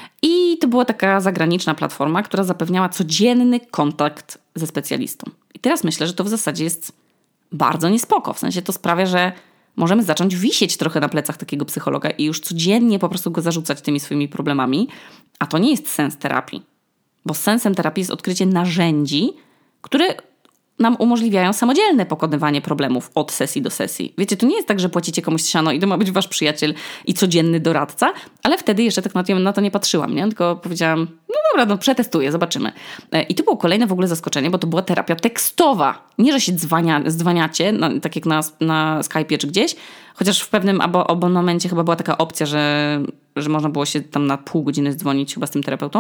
I to była taka zagraniczna platforma, która zapewniała codzienny kontakt ze specjalistą. I teraz myślę, że to w zasadzie jest bardzo niespoko. W sensie to sprawia, że możemy zacząć wisieć trochę na plecach takiego psychologa i już codziennie po prostu go zarzucać tymi swoimi problemami. A to nie jest sens terapii. Bo sensem terapii jest odkrycie narzędzi, które nam umożliwiają samodzielne pokonywanie problemów od sesji do sesji. Wiecie, to nie jest tak, że płacicie komuś siano i to ma być wasz przyjaciel i codzienny doradca, ale wtedy jeszcze tak na to nie patrzyłam, nie? Tylko powiedziałam, no dobra, no przetestuję, zobaczymy. I to było kolejne w ogóle zaskoczenie, bo to była terapia tekstowa. Nie, że się dzwania, zdzwaniacie, no, tak jak na, na Skype'ie czy gdzieś, chociaż w pewnym abo- abonamencie chyba była taka opcja, że, że można było się tam na pół godziny dzwonić chyba z tym terapeutą,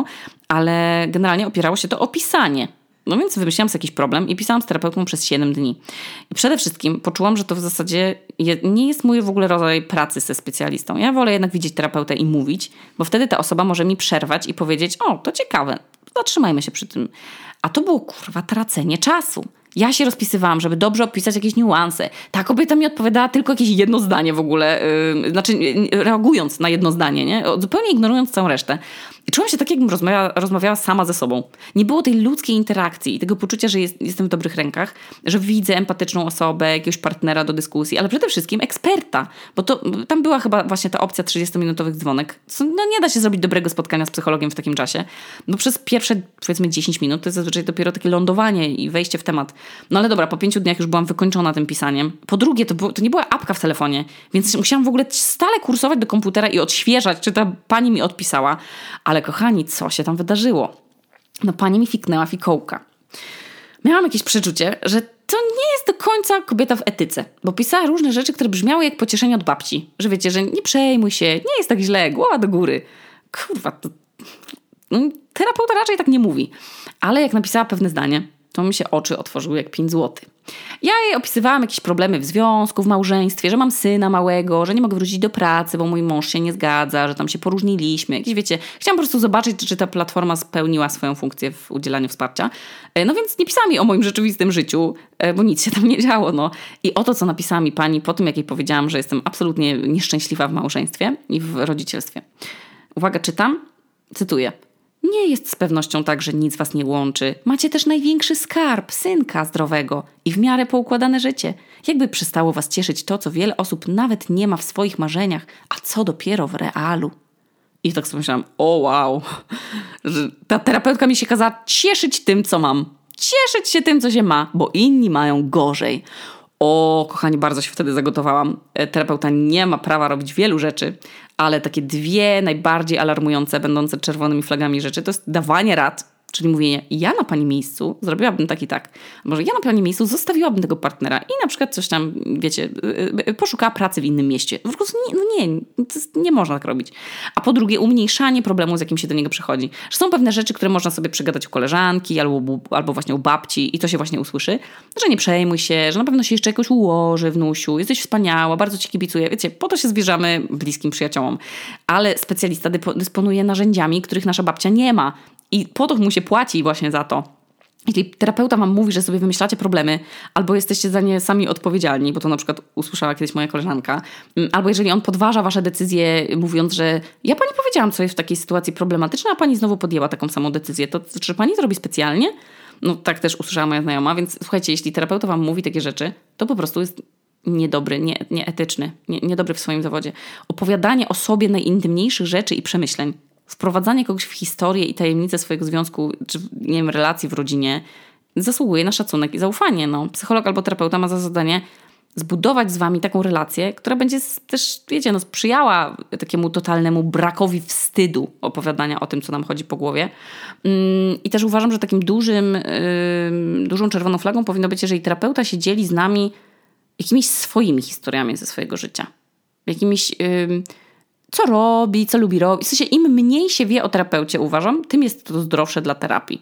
ale generalnie opierało się to o pisanie. No więc wymyśliłam sobie jakiś problem i pisałam z terapeutą przez siedem dni. I przede wszystkim poczułam, że to w zasadzie je, nie jest mój w ogóle rodzaj pracy ze specjalistą. Ja wolę jednak widzieć terapeutę i mówić, bo wtedy ta osoba może mi przerwać i powiedzieć, o, to ciekawe, zatrzymajmy się przy tym. A to było, kurwa, tracenie czasu. Ja się rozpisywałam, żeby dobrze opisać jakieś niuanse. Ta kobieta mi odpowiadała tylko jakieś jedno zdanie w ogóle, yy, znaczy yy, reagując na jedno zdanie, nie? Zupełnie ignorując całą resztę. I czułam się tak, jakbym rozmawiała, rozmawiała sama ze sobą. Nie było tej ludzkiej interakcji i tego poczucia, że jest, jestem w dobrych rękach, że widzę empatyczną osobę, jakiegoś partnera do dyskusji, ale przede wszystkim eksperta, bo to tam była chyba właśnie ta opcja trzydziestominutowych dzwonek. No nie da się zrobić dobrego spotkania z psychologiem w takim czasie, bo przez pierwsze, powiedzmy, dziesięć minut to jest zazwyczaj dopiero takie lądowanie i wejście w temat. No ale dobra, po pięciu dniach już byłam wykończona tym pisaniem. Po drugie, to, było, to nie była apka w telefonie, więc musiałam w ogóle stale kursować do komputera i odświeżać, czy ta pani mi odpisała. Ale kochani, co się tam wydarzyło? No pani mi fiknęła fikołka. Miałam jakieś przeczucie, że to nie jest do końca kobieta w etyce, bo pisała różne rzeczy, które brzmiały jak pocieszenie od babci. Że wiecie, że nie przejmuj się, nie jest tak źle, głowa do góry. Kurwa, to... No, terapeuta raczej tak nie mówi. Ale jak napisała pewne zdanie, to mi się oczy otworzyły jak pięć złotych. Ja jej opisywałam jakieś problemy w związku, w małżeństwie, że mam syna małego, że nie mogę wrócić do pracy, bo mój mąż się nie zgadza, że tam się poróżniliśmy. Jakieś, wiecie, chciałam po prostu zobaczyć, czy ta platforma spełniła swoją funkcję w udzielaniu wsparcia. No więc nie pisałam jej o moim rzeczywistym życiu, bo nic się tam nie działo. No. I oto, co napisała mi pani po tym, jak jej powiedziałam, że jestem absolutnie nieszczęśliwa w małżeństwie i w rodzicielstwie. Uwaga, czytam, cytuję. Nie jest z pewnością tak, że nic was nie łączy. Macie też największy skarb, synka zdrowego i w miarę poukładane życie. Jakby przestało was cieszyć to, co wiele osób nawet nie ma w swoich marzeniach, a co dopiero w realu. I tak sobie myślałam, o wow, że ta terapeutka mi się kazała cieszyć tym, co mam. Cieszyć się tym, co się ma, bo inni mają gorzej. O, kochani, bardzo się wtedy zagotowałam. Terapeuta nie ma prawa robić wielu rzeczy, ale takie dwie najbardziej alarmujące, będące czerwonymi flagami rzeczy, to jest dawanie rad, czyli mówienie, ja na pani miejscu zrobiłabym tak i tak. Może ja na pani miejscu zostawiłabym tego partnera i na przykład coś tam, wiecie, poszukała pracy w innym mieście. Po prostu nie, no nie, nie można tak robić. A po drugie, umniejszanie problemu, z jakim się do niego przychodzi. Że są pewne rzeczy, które można sobie przegadać u koleżanki albo, albo właśnie u babci i to się właśnie usłyszy, że nie przejmuj się, że na pewno się jeszcze jakoś ułoży, wnusiu, jesteś wspaniała, bardzo ci kibicuję. Wiecie, po to się zwierzamy bliskim przyjaciołom. Ale specjalista dysponuje narzędziami, których nasza babcia nie ma. I po to mu się płaci właśnie za to. Jeśli terapeuta wam mówi, że sobie wymyślacie problemy, albo jesteście za nie sami odpowiedzialni, bo to na przykład usłyszała kiedyś moja koleżanka, albo jeżeli on podważa wasze decyzje, mówiąc, że ja pani powiedziałam, co jest w takiej sytuacji problematyczne, a pani znowu podjęła taką samą decyzję, to czy pani to robi specjalnie? No tak też usłyszała moja znajoma, więc słuchajcie, jeśli terapeuta wam mówi takie rzeczy, to po prostu jest niedobry, nie, nieetyczny, nie, niedobry w swoim zawodzie. Opowiadanie o sobie najintymniejszych rzeczy i przemyśleń, wprowadzanie kogoś w historię i tajemnicę swojego związku, czy nie wiem, relacji w rodzinie zasługuje na szacunek i zaufanie. No, psycholog albo terapeuta ma za zadanie zbudować z wami taką relację, która będzie też, wiecie, no, sprzyjała takiemu totalnemu brakowi wstydu opowiadania o tym, co nam chodzi po głowie. I też uważam, że takim dużym, dużą czerwoną flagą powinno być, jeżeli terapeuta się dzieli z nami jakimiś swoimi historiami ze swojego życia. Jakimiś... co robi, co lubi robić. W sensie im mniej się wie o terapeucie, uważam, tym jest to zdrowsze dla terapii.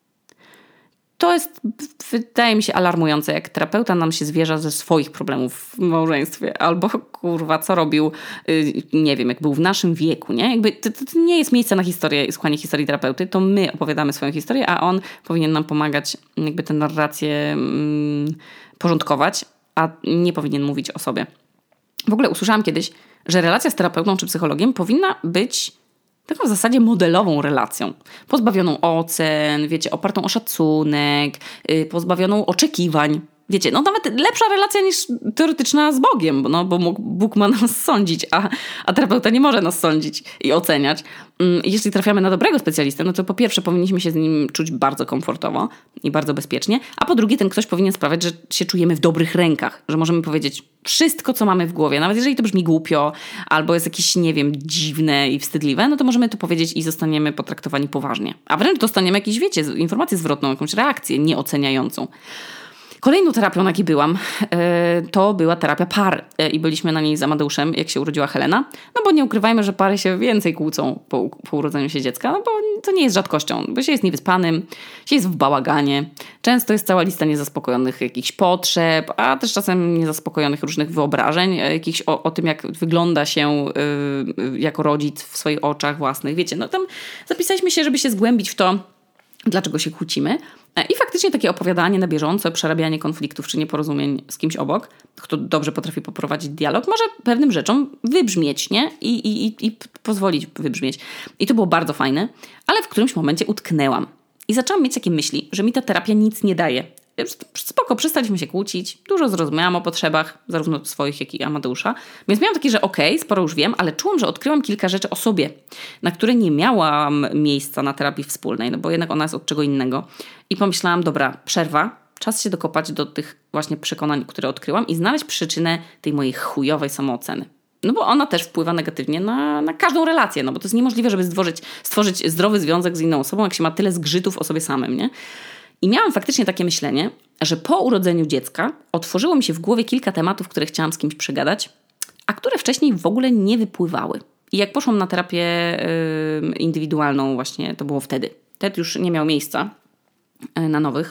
To jest, wydaje mi się, alarmujące, jak terapeuta nam się zwierza ze swoich problemów w małżeństwie. Albo, kurwa, co robił, yy, nie wiem, jak był w naszym wieku, nie? Jakby to, to nie jest miejsce na historię i słuchanie historii terapeuty, to my opowiadamy swoją historię, a on powinien nam pomagać jakby tę narrację mm, porządkować, a nie powinien mówić o sobie. W ogóle usłyszałam kiedyś, że relacja z terapeutą czy psychologiem powinna być taką w zasadzie modelową relacją. Pozbawioną ocen, wiecie, opartą o szacunek, yy, pozbawioną oczekiwań. Wiecie, no nawet lepsza relacja niż teoretyczna z Bogiem, no bo Bóg ma nas sądzić, a, a terapeuta nie może nas sądzić i oceniać. Jeśli trafiamy na dobrego specjalistę, no to po pierwsze powinniśmy się z nim czuć bardzo komfortowo i bardzo bezpiecznie, a po drugie ten ktoś powinien sprawiać, że się czujemy w dobrych rękach, że możemy powiedzieć wszystko, co mamy w głowie, nawet jeżeli to brzmi głupio albo jest jakieś, nie wiem, dziwne i wstydliwe, no to możemy to powiedzieć i zostaniemy potraktowani poważnie. A wręcz dostaniemy jakieś, wiecie, informację zwrotną, jakąś reakcję nieoceniającą. Kolejną terapią, na jakiej byłam, to była terapia par i byliśmy na niej z Amadeuszem, jak się urodziła Helena, no bo nie ukrywajmy, że pary się więcej kłócą po, po urodzeniu się dziecka, no bo to nie jest rzadkością, bo się jest niewyspanym, się jest w bałaganie, często jest cała lista niezaspokojonych jakichś potrzeb, a też czasem niezaspokojonych różnych wyobrażeń, jakichś o, o tym, jak wygląda się yy, jako rodzic w swoich oczach własnych. Wiecie, no tam zapisaliśmy się, żeby się zgłębić w to, dlaczego się kłócimy. I faktycznie takie opowiadanie na bieżąco, przerabianie konfliktów czy nieporozumień z kimś obok, kto dobrze potrafi poprowadzić dialog, może pewnym rzeczom wybrzmieć, nie? I, i, i pozwolić wybrzmieć. I to było bardzo fajne, ale w którymś momencie utknęłam. I zaczęłam mieć takie myśli, że mi ta terapia nic nie daje. Spoko, przestaliśmy się kłócić, dużo zrozumiałam o potrzebach, zarówno swoich, jak i Amadeusza. Więc miałam takie, że okej, okay, sporo już wiem, ale czułam, że odkryłam kilka rzeczy o sobie, na które nie miałam miejsca na terapii wspólnej, no bo jednak ona jest od czego innego. I pomyślałam, dobra, przerwa, czas się dokopać do tych właśnie przekonań, które odkryłam i znaleźć przyczynę tej mojej chujowej samooceny. No bo ona też wpływa negatywnie na, na każdą relację, no bo to jest niemożliwe, żeby stworzyć, stworzyć zdrowy związek z inną osobą, jak się ma tyle zgrzytów o sobie samym, nie? I miałam faktycznie takie myślenie, że po urodzeniu dziecka otworzyło mi się w głowie kilka tematów, które chciałam z kimś przegadać, a które wcześniej w ogóle nie wypływały. I jak poszłam na terapię yy, indywidualną właśnie, to było wtedy. Wtedy już nie miał miejsca yy, na nowych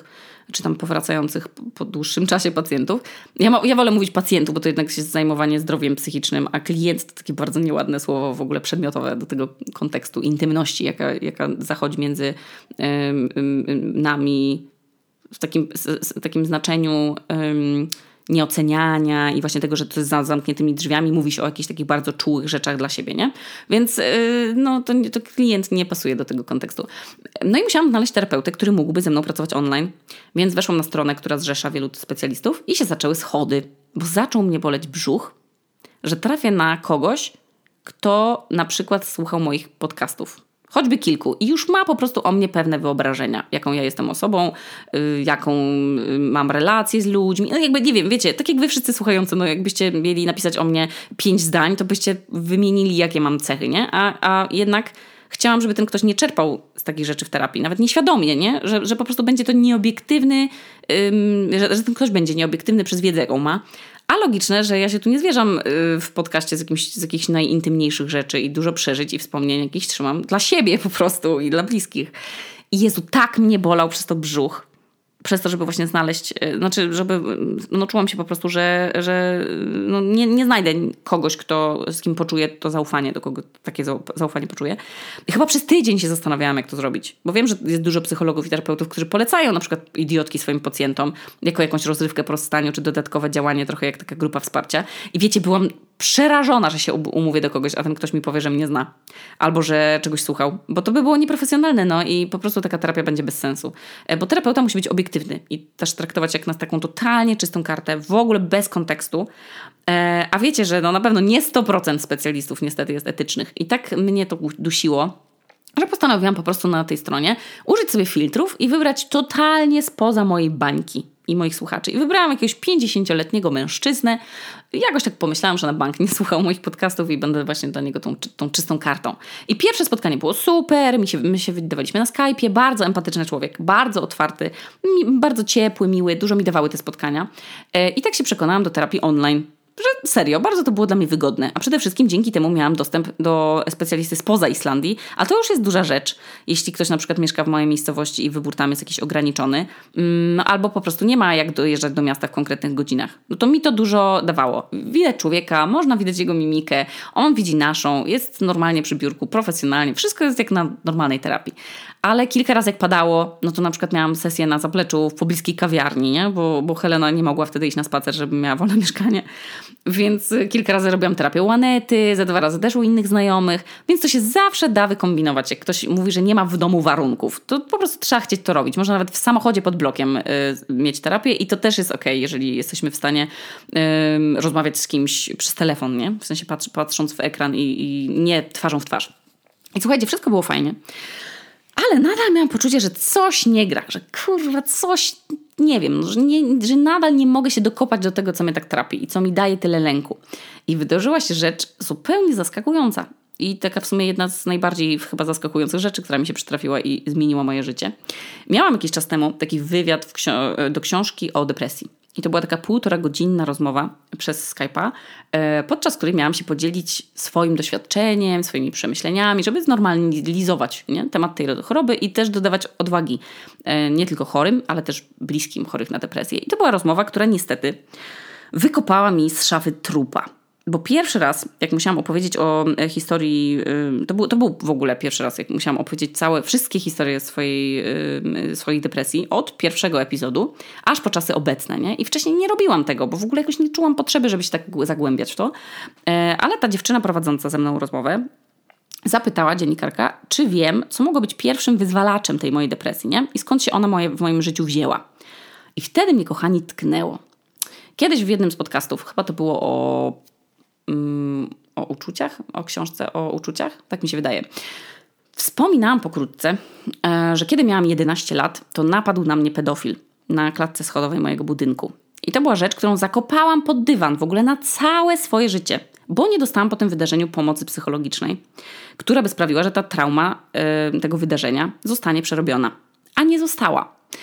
czy tam powracających po dłuższym czasie pacjentów. Ja, ma, ja wolę mówić pacjentów, bo to jednak jest zajmowanie zdrowiem psychicznym, a klient to takie bardzo nieładne słowo, w ogóle przedmiotowe do tego kontekstu intymności, jaka, jaka zachodzi między ym, ym, nami w takim, w takim znaczeniu ym, nieoceniania i właśnie tego, że to jest za zamkniętymi drzwiami, mówi się o jakichś takich bardzo czułych rzeczach dla siebie, nie? Więc yy, no, to, to klient nie pasuje do tego kontekstu. No i musiałam znaleźć terapeutę, który mógłby ze mną pracować online, więc weszłam na stronę, która zrzesza wielu specjalistów i się zaczęły schody, bo zaczął mnie boleć brzuch, że trafię na kogoś, kto na przykład słuchał moich podcastów. Choćby kilku. I już ma po prostu o mnie pewne wyobrażenia. Jaką ja jestem osobą, yy, jaką yy, mam relacje z ludźmi. No jakby, nie wiem, wiecie, tak jak wy wszyscy słuchający, no jakbyście mieli napisać o mnie pięć zdań, to byście wymienili, jakie mam cechy, nie? A, a jednak chciałam, żeby ten ktoś nie czerpał z takich rzeczy w terapii. Nawet nieświadomie, nie? Że, że po prostu będzie to nieobiektywny, yy, że, że ten ktoś będzie nieobiektywny przez wiedzę, jaką ma. A logiczne, że ja się tu nie zwierzam w podcaście z, jakimś, z jakichś najintymniejszych rzeczy i dużo przeżyć i wspomnień jakichś trzymam dla siebie po prostu i dla bliskich. I Jezu, tak mnie bolał przez to brzuch. Przez to, żeby właśnie znaleźć, znaczy, żeby, no czułam się po prostu, że, że no nie, nie znajdę kogoś, kto, z kim poczuję to zaufanie, do kogo takie zaufanie poczuję. I chyba przez tydzień się zastanawiałam, jak to zrobić. Bo wiem, że jest dużo psychologów i terapeutów, którzy polecają na przykład idiotki swoim pacjentom jako jakąś rozrywkę po rozstaniu, czy dodatkowe działanie, trochę jak taka grupa wsparcia. I wiecie, byłam przerażona, że się umówię do kogoś, a ten ktoś mi powie, że mnie zna. Albo, że czegoś słuchał. Bo to by było nieprofesjonalne, no i po prostu taka terapia będzie bez sensu. Bo terapeuta musi być obiektywny i też traktować jak na taką totalnie czystą kartę, w ogóle bez kontekstu. A wiecie, że no na pewno nie sto procent specjalistów niestety jest etycznych. I tak mnie to dusiło, że postanowiłam po prostu na tej stronie użyć sobie filtrów i wybrać totalnie spoza mojej bańki i moich słuchaczy. I wybrałam jakiegoś pięćdziesięcioletniego mężczyznę. Jakoś tak pomyślałam, że na bank nie słuchał moich podcastów i będę właśnie dla niego tą, tą czystą kartą. I pierwsze spotkanie było super, my się, my się wydawaliśmy na Skype'ie, bardzo empatyczny człowiek, bardzo otwarty, mi, bardzo ciepły, miły, dużo mi dawały te spotkania. I tak się przekonałam do terapii online. Że serio, bardzo to było dla mnie wygodne. A przede wszystkim dzięki temu miałam dostęp do specjalisty spoza Islandii, a to już jest duża rzecz. Jeśli ktoś na przykład mieszka w małej miejscowości i wybór tam jest jakiś ograniczony, mm, albo po prostu nie ma jak dojeżdżać do miasta w konkretnych godzinach, no to mi to dużo dawało. Widać człowieka, można widać jego mimikę, on widzi naszą, jest normalnie przy biurku, profesjonalnie, wszystko jest jak na normalnej terapii. Ale kilka razy jak padało, no to na przykład miałam sesję na zapleczu w pobliskiej kawiarni, nie? Bo, bo Helena nie mogła wtedy iść na spacer, żeby miała wolne mieszkanie. Więc kilka razy robiłam terapię u Anety, za dwa razy też u innych znajomych, więc to się zawsze da wykombinować. Jak ktoś mówi, że nie ma w domu warunków, to po prostu trzeba chcieć to robić. Można nawet w samochodzie pod blokiem y, mieć terapię i to też jest okej, okay, jeżeli jesteśmy w stanie y, rozmawiać z kimś przez telefon, nie? W sensie patrz, patrząc w ekran i, i nie twarzą w twarz. I słuchajcie, wszystko było fajnie. Ale nadal miałam poczucie, że coś nie gra, że kurwa coś, nie wiem, że, nie, że nadal nie mogę się dokopać do tego, co mnie tak trapi i co mi daje tyle lęku. I wydarzyła się rzecz zupełnie zaskakująca. I taka w sumie jedna z najbardziej chyba zaskakujących rzeczy, która mi się przytrafiła i zmieniła moje życie. Miałam jakiś czas temu taki wywiad w ksio- do książki o depresji. I to była taka półtora godzinna rozmowa przez Skype'a, podczas której miałam się podzielić swoim doświadczeniem, swoimi przemyśleniami, żeby znormalizować, nie, temat tej choroby i też dodawać odwagi nie tylko chorym, ale też bliskim chorych na depresję. I to była rozmowa, która niestety wykopała mi z szafy trupa. Bo pierwszy raz, jak musiałam opowiedzieć o historii, to był, to był w ogóle pierwszy raz, jak musiałam opowiedzieć całe, wszystkie historie swojej, swojej depresji od pierwszego epizodu, aż po czasy obecne, nie? I wcześniej nie robiłam tego, bo w ogóle jakoś nie czułam potrzeby, żeby się tak zagłębiać w to. Ale ta dziewczyna prowadząca ze mną rozmowę zapytała dziennikarka, czy wiem, co mogło być pierwszym wyzwalaczem tej mojej depresji, nie? I skąd się ona moje, w moim życiu wzięła. I wtedy mnie, kochani, tknęło. Kiedyś w jednym z podcastów, chyba to było o o uczuciach, o książce o uczuciach, tak mi się wydaje. Wspominałam pokrótce, że kiedy miałam jedenaście lat, to napadł na mnie pedofil na klatce schodowej mojego budynku. I to była rzecz, którą zakopałam pod dywan w ogóle na całe swoje życie, bo nie dostałam po tym wydarzeniu pomocy psychologicznej, która by sprawiła, że ta trauma y, tego wydarzenia zostanie przerobiona. A nie została.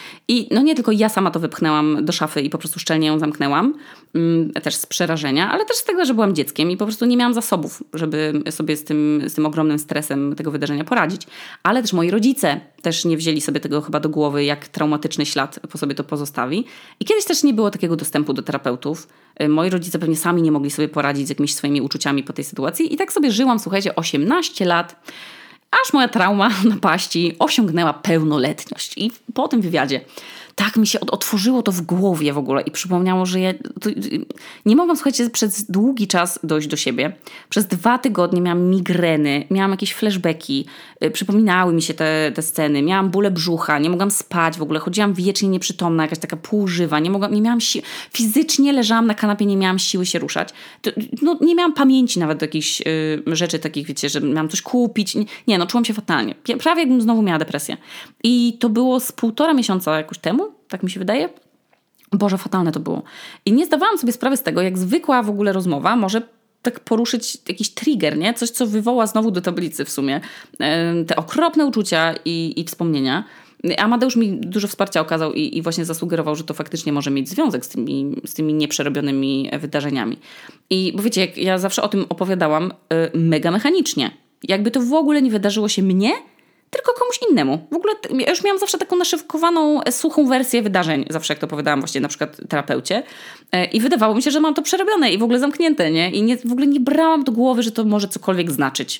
I no nie tylko ja sama to wypchnęłam do szafy i po prostu szczelnie ją zamknęłam, też z przerażenia, ale też z tego, że byłam dzieckiem i po prostu nie miałam zasobów, żeby sobie z tym, z tym ogromnym stresem tego wydarzenia poradzić. Ale też moi rodzice też nie wzięli sobie tego chyba do głowy, jak traumatyczny ślad po sobie to pozostawi. I kiedyś też nie było takiego dostępu do terapeutów. Moi rodzice pewnie sami nie mogli sobie poradzić z jakimiś swoimi uczuciami po tej sytuacji. I tak sobie żyłam, słuchajcie, osiemnaście lat, aż moja trauma napaści osiągnęła pełnoletność. I po tym wywiadzie tak mi się otworzyło to w głowie w ogóle i przypomniało, że ja to, nie mogłam, słuchajcie, przez długi czas dojść do siebie. Przez dwa tygodnie miałam migreny, miałam jakieś flashbacki, yy, przypominały mi się te, te sceny, miałam bóle brzucha, nie mogłam spać w ogóle, chodziłam wiecznie nieprzytomna, jakaś taka półżywa, nie mogłam, nie miałam siły, fizycznie leżałam na kanapie, nie miałam siły się ruszać. To, no, nie miałam pamięci nawet do jakichś yy, rzeczy takich, wiecie, że miałam coś kupić. Nie, nie, no czułam się fatalnie. Prawie jakbym znowu miała depresję. I to było z półtora miesiąca jakoś temu, tak mi się wydaje. Boże, fatalne to było. I nie zdawałam sobie sprawy z tego, jak zwykła w ogóle rozmowa może tak poruszyć jakiś trigger, nie? Coś, co wywoła znowu do tablicy w sumie te okropne uczucia i, i wspomnienia. Amadeusz mi dużo wsparcia okazał i, i właśnie zasugerował, że to faktycznie może mieć związek z tymi, z tymi nieprzerobionymi wydarzeniami. I bo wiecie, jak ja zawsze o tym opowiadałam mega mechanicznie. Jakby to w ogóle nie wydarzyło się mnie, tylko komuś innemu. W ogóle ja już miałam zawsze taką naszywkowaną, suchą wersję wydarzeń, zawsze jak to opowiadałam właśnie na przykład terapeucie i wydawało mi się, że mam to przerobione i w ogóle zamknięte, nie? I nie, w ogóle nie brałam do głowy, że to może cokolwiek znaczyć.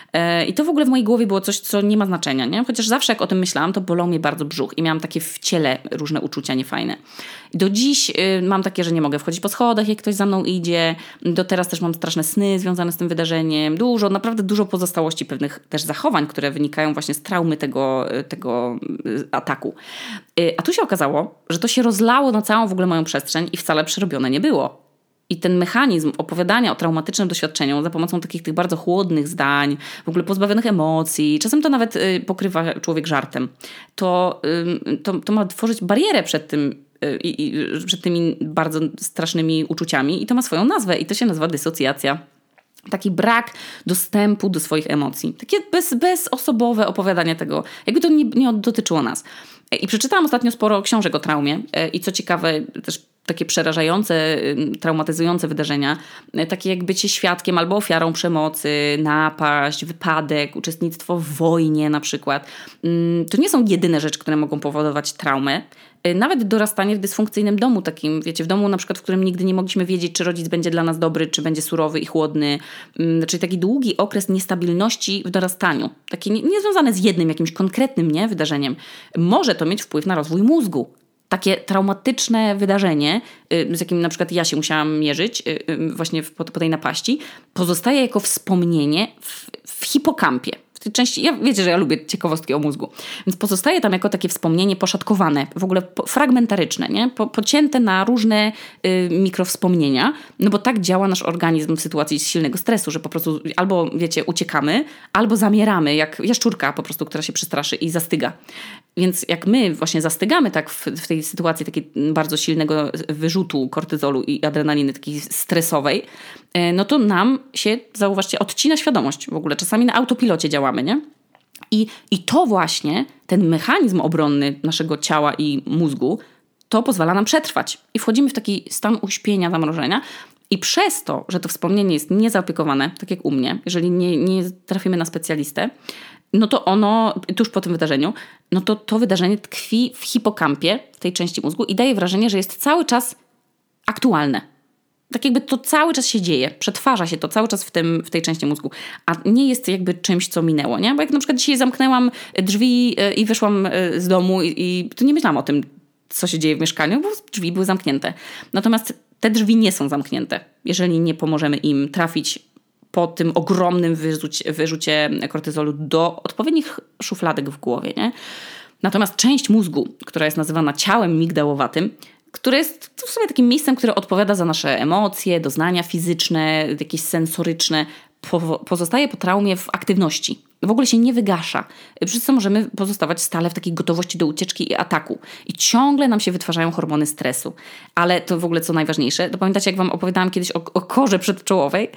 I to w ogóle w mojej głowie było coś, co nie ma znaczenia, nie? Chociaż zawsze jak o tym myślałam, to bolał mnie bardzo brzuch i miałam takie w ciele różne uczucia niefajne. I do dziś y, mam takie, że nie mogę wchodzić po schodach, jak ktoś za mną idzie. Do teraz też mam straszne sny związane z tym wydarzeniem. Dużo, naprawdę dużo pozostałości pewnych też zachowań, które wynikają właśnie z traumy tego, tego ataku. Y, a tu się okazało, że to się rozlało na całą w ogóle moją przestrzeń i wcale przerobione nie było. I ten mechanizm opowiadania o traumatycznym doświadczeniu za pomocą takich tych bardzo chłodnych zdań, w ogóle pozbawionych emocji, czasem to nawet y, pokrywa człowiek żartem, to, y, to, to ma tworzyć barierę przed tym, y, y, przed tymi bardzo strasznymi uczuciami i to ma swoją nazwę i to się nazywa dysocjacja. Taki brak dostępu do swoich emocji. Takie bez, bezosobowe opowiadanie tego, jakby to nie, nie dotyczyło nas. I przeczytałam ostatnio sporo książek o traumie i co ciekawe też takie przerażające, traumatyzujące wydarzenia, takie jak bycie świadkiem albo ofiarą przemocy, napaść, wypadek, uczestnictwo w wojnie na przykład. To nie są jedyne rzeczy, które mogą powodować traumę. Nawet dorastanie w dysfunkcyjnym domu takim, wiecie, w domu na przykład, w którym nigdy nie mogliśmy wiedzieć, czy rodzic będzie dla nas dobry, czy będzie surowy i chłodny. Czyli taki długi okres niestabilności w dorastaniu. Taki nie, nie związany z jednym jakimś konkretnym nie, wydarzeniem. Może to mieć wpływ na rozwój mózgu. Takie traumatyczne wydarzenie, z jakim na przykład ja się musiałam mierzyć właśnie po, po tej napaści, pozostaje jako wspomnienie w, w hipokampie. W tej części, ja wiecie, że ja lubię ciekawostki o mózgu, więc pozostaje tam jako takie wspomnienie poszatkowane, w ogóle po, fragmentaryczne, nie? Po, pocięte na różne y, mikrowspomnienia, no bo tak działa nasz organizm w sytuacji silnego stresu, że po prostu albo, wiecie, uciekamy, albo zamieramy, jak jaszczurka po prostu, która się przestraszy i zastyga. Więc jak my właśnie zastygamy tak w, w tej sytuacji takiej bardzo silnego wyrzutu kortyzolu i adrenaliny takiej stresowej, no to nam się, zauważcie, odcina świadomość w ogóle. Czasami na autopilocie działamy, nie? I, i to właśnie, ten mechanizm obronny naszego ciała i mózgu, to pozwala nam przetrwać. I wchodzimy w taki stan uśpienia, zamrożenia. I przez to, że to wspomnienie jest niezaopiekowane, tak jak u mnie, jeżeli nie, nie trafimy na specjalistę, no to ono, tuż po tym wydarzeniu, no to to wydarzenie tkwi w hipokampie, w tej części mózgu i daje wrażenie, że jest cały czas aktualne. Tak jakby to cały czas się dzieje, przetwarza się to cały czas w, tym, w tej części mózgu, a nie jest jakby czymś, co minęło, nie? Bo jak na przykład dzisiaj zamknęłam drzwi i wyszłam z domu i, i to nie myślałam o tym, co się dzieje w mieszkaniu, bo drzwi były zamknięte. Natomiast te drzwi nie są zamknięte, jeżeli nie pomożemy im trafić po tym ogromnym wyrzucie, wyrzucie kortyzolu do odpowiednich szufladek w głowie, nie? Natomiast część mózgu, która jest nazywana ciałem migdałowatym, które jest w sumie takim miejscem, które odpowiada za nasze emocje, doznania fizyczne, jakieś sensoryczne, po, pozostaje po traumie w aktywności. W ogóle się nie wygasza. Przez co możemy pozostawać stale w takiej gotowości do ucieczki i ataku. I ciągle nam się wytwarzają hormony stresu. Ale to w ogóle co najważniejsze, to pamiętacie, jak wam opowiadałam kiedyś o, o korze przedczołowej,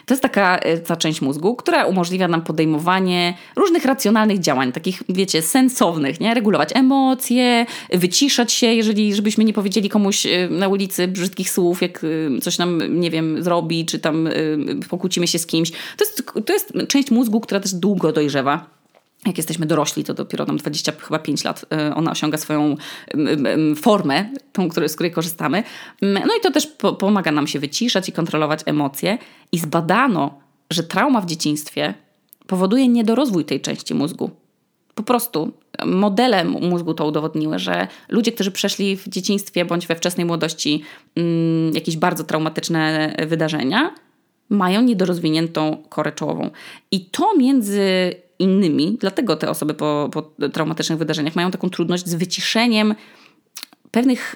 To jest taka ta część mózgu, która umożliwia nam podejmowanie różnych racjonalnych działań, takich, wiecie, sensownych, nie? Regulować emocje, wyciszać się, jeżeli, żebyśmy nie powiedzieli komuś na ulicy brzydkich słów, jak coś nam, nie wiem, zrobi, czy tam pokłócimy się z kimś. To jest, to jest część mózgu, która też długo dojrzewa. Jak jesteśmy dorośli, to dopiero tam dwadzieścia chyba pięć lat ona osiąga swoją formę, tą, z której korzystamy. No i to też po, pomaga nam się wyciszać i kontrolować emocje. I zbadano, że trauma w dzieciństwie powoduje niedorozwój tej części mózgu. Po prostu modele mózgu to udowodniły, że ludzie, którzy przeszli w dzieciństwie bądź we wczesnej młodości mm, jakieś bardzo traumatyczne wydarzenia, mają niedorozwiniętą korę czołową. I to między innymi, dlatego te osoby po, po traumatycznych wydarzeniach mają taką trudność z wyciszeniem pewnych,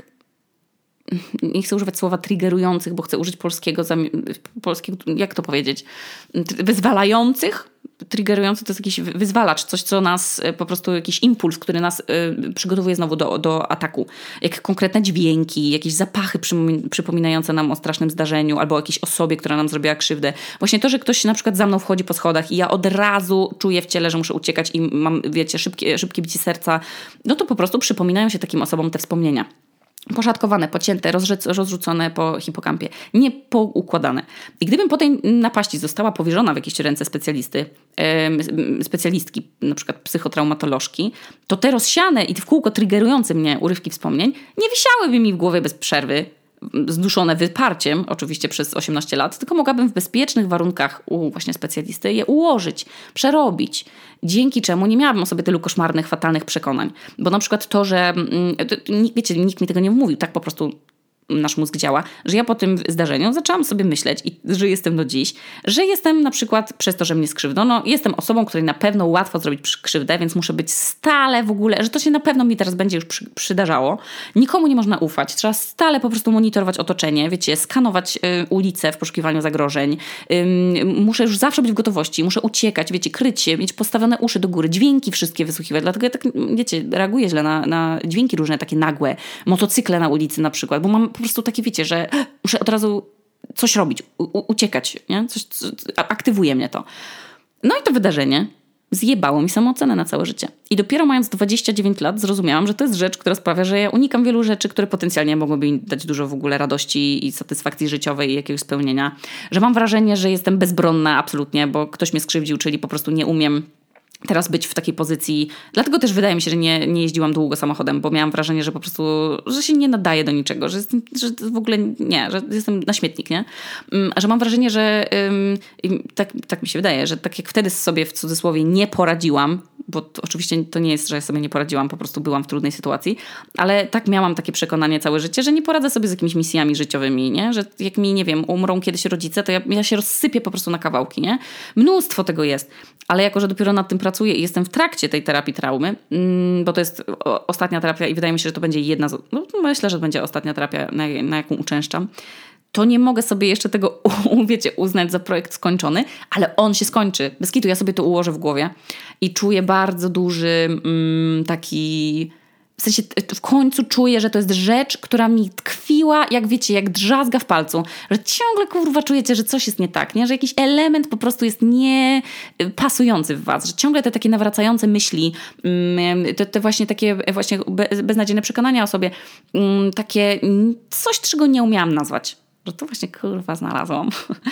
nie chcę używać słowa triggerujących, bo chcę użyć polskiego, polskiego jak to powiedzieć, wyzwalających. Triggerujący to jest jakiś wyzwalacz, coś, co nas, po prostu jakiś impuls, który nas y, przygotowuje znowu do, do ataku. Jak konkretne dźwięki, jakieś zapachy przypominające nam o strasznym zdarzeniu albo o jakiejś osobie, która nam zrobiła krzywdę. Właśnie to, że ktoś na przykład za mną wchodzi po schodach i ja od razu czuję w ciele, że muszę uciekać i mam, wiecie, szybkie, szybkie bicie serca, no to po prostu przypominają się takim osobom te wspomnienia. Poszatkowane, pocięte, rozrzucone po hipokampie, nie poukładane. I gdybym po tej napaści została powierzona w jakieś ręce specjalisty, yy, specjalistki, na przykład psychotraumatolożki, to te rozsiane i w kółko triggerujące mnie urywki wspomnień nie wisiałyby mi w głowie bez przerwy, zduszone wyparciem, oczywiście przez osiemnaście lat, tylko mogłabym w bezpiecznych warunkach u właśnie specjalisty je ułożyć, przerobić, dzięki czemu nie miałabym o sobie tylu koszmarnych, fatalnych przekonań. Bo na przykład to, że, wiecie, nikt mi tego nie mówił, tak po prostu nasz mózg działa, że ja po tym zdarzeniu zaczęłam sobie myśleć i że jestem do dziś, że jestem na przykład przez to, że mnie skrzywdzono, jestem osobą, której na pewno łatwo zrobić krzywdę, więc muszę być stale w ogóle, że to się na pewno mi teraz będzie już przy, przydarzało. Nikomu nie można ufać. Trzeba stale po prostu monitorować otoczenie, wiecie, skanować y, ulice w poszukiwaniu zagrożeń. Y, muszę już zawsze być w gotowości, muszę uciekać, wiecie, kryć się, mieć postawione uszy do góry, dźwięki wszystkie wysłuchiwać. Dlatego ja tak, wiecie, reaguję źle na, na dźwięki różne, takie nagłe, motocykle na ulicy na przykład, bo mam po prostu takie, wiecie, że muszę od razu coś robić, u- uciekać, nie? Coś, co, aktywuje mnie to. No i to wydarzenie zjebało mi samoocenę na całe życie. I dopiero mając dwadzieścia dziewięć lat zrozumiałam, że to jest rzecz, która sprawia, że ja unikam wielu rzeczy, które potencjalnie mogłyby mi dać dużo w ogóle radości i satysfakcji życiowej i jakiegoś spełnienia. Że mam wrażenie, że jestem bezbronna absolutnie, bo ktoś mnie skrzywdził, czyli po prostu nie umiem teraz być w takiej pozycji. Dlatego też wydaje mi się, że nie, nie jeździłam długo samochodem, bo miałam wrażenie, że po prostu, że się nie nadaje do niczego, że, jestem, że w ogóle nie, że jestem na śmietnik, nie? A że mam wrażenie, że ym, tak, tak mi się wydaje, że tak jak wtedy sobie w cudzysłowie nie poradziłam, bo to, oczywiście to nie jest, że ja sobie nie poradziłam, po prostu byłam w trudnej sytuacji, ale tak miałam takie przekonanie całe życie, że nie poradzę sobie z jakimiś misjami życiowymi, nie? Że jak mi, nie wiem, umrą kiedyś rodzice, to ja, ja się rozsypię po prostu na kawałki, nie? Mnóstwo tego jest, ale jako, że dopiero nad tym pracuję i jestem w trakcie tej terapii traumy, mm, bo to jest o, ostatnia terapia i wydaje mi się, że to będzie jedna z, no myślę, że to będzie ostatnia terapia, na, na jaką uczęszczam, to nie mogę sobie jeszcze tego, wiecie, uznać za projekt skończony, ale on się skończy. Bez kitu, ja sobie to ułożę w głowie i czuję bardzo duży mm, taki... W sensie w końcu czuję, że to jest rzecz, która mi tkwiła, jak wiecie, jak drzazga w palcu. Że ciągle, kurwa, czujecie, że coś jest nie tak, nie? Że jakiś element po prostu jest niepasujący w was. Że ciągle te takie nawracające myśli, te, te właśnie takie właśnie beznadziejne przekonania o sobie, takie coś, czego nie umiałam nazwać. Że to właśnie, kurwa, znalazłam.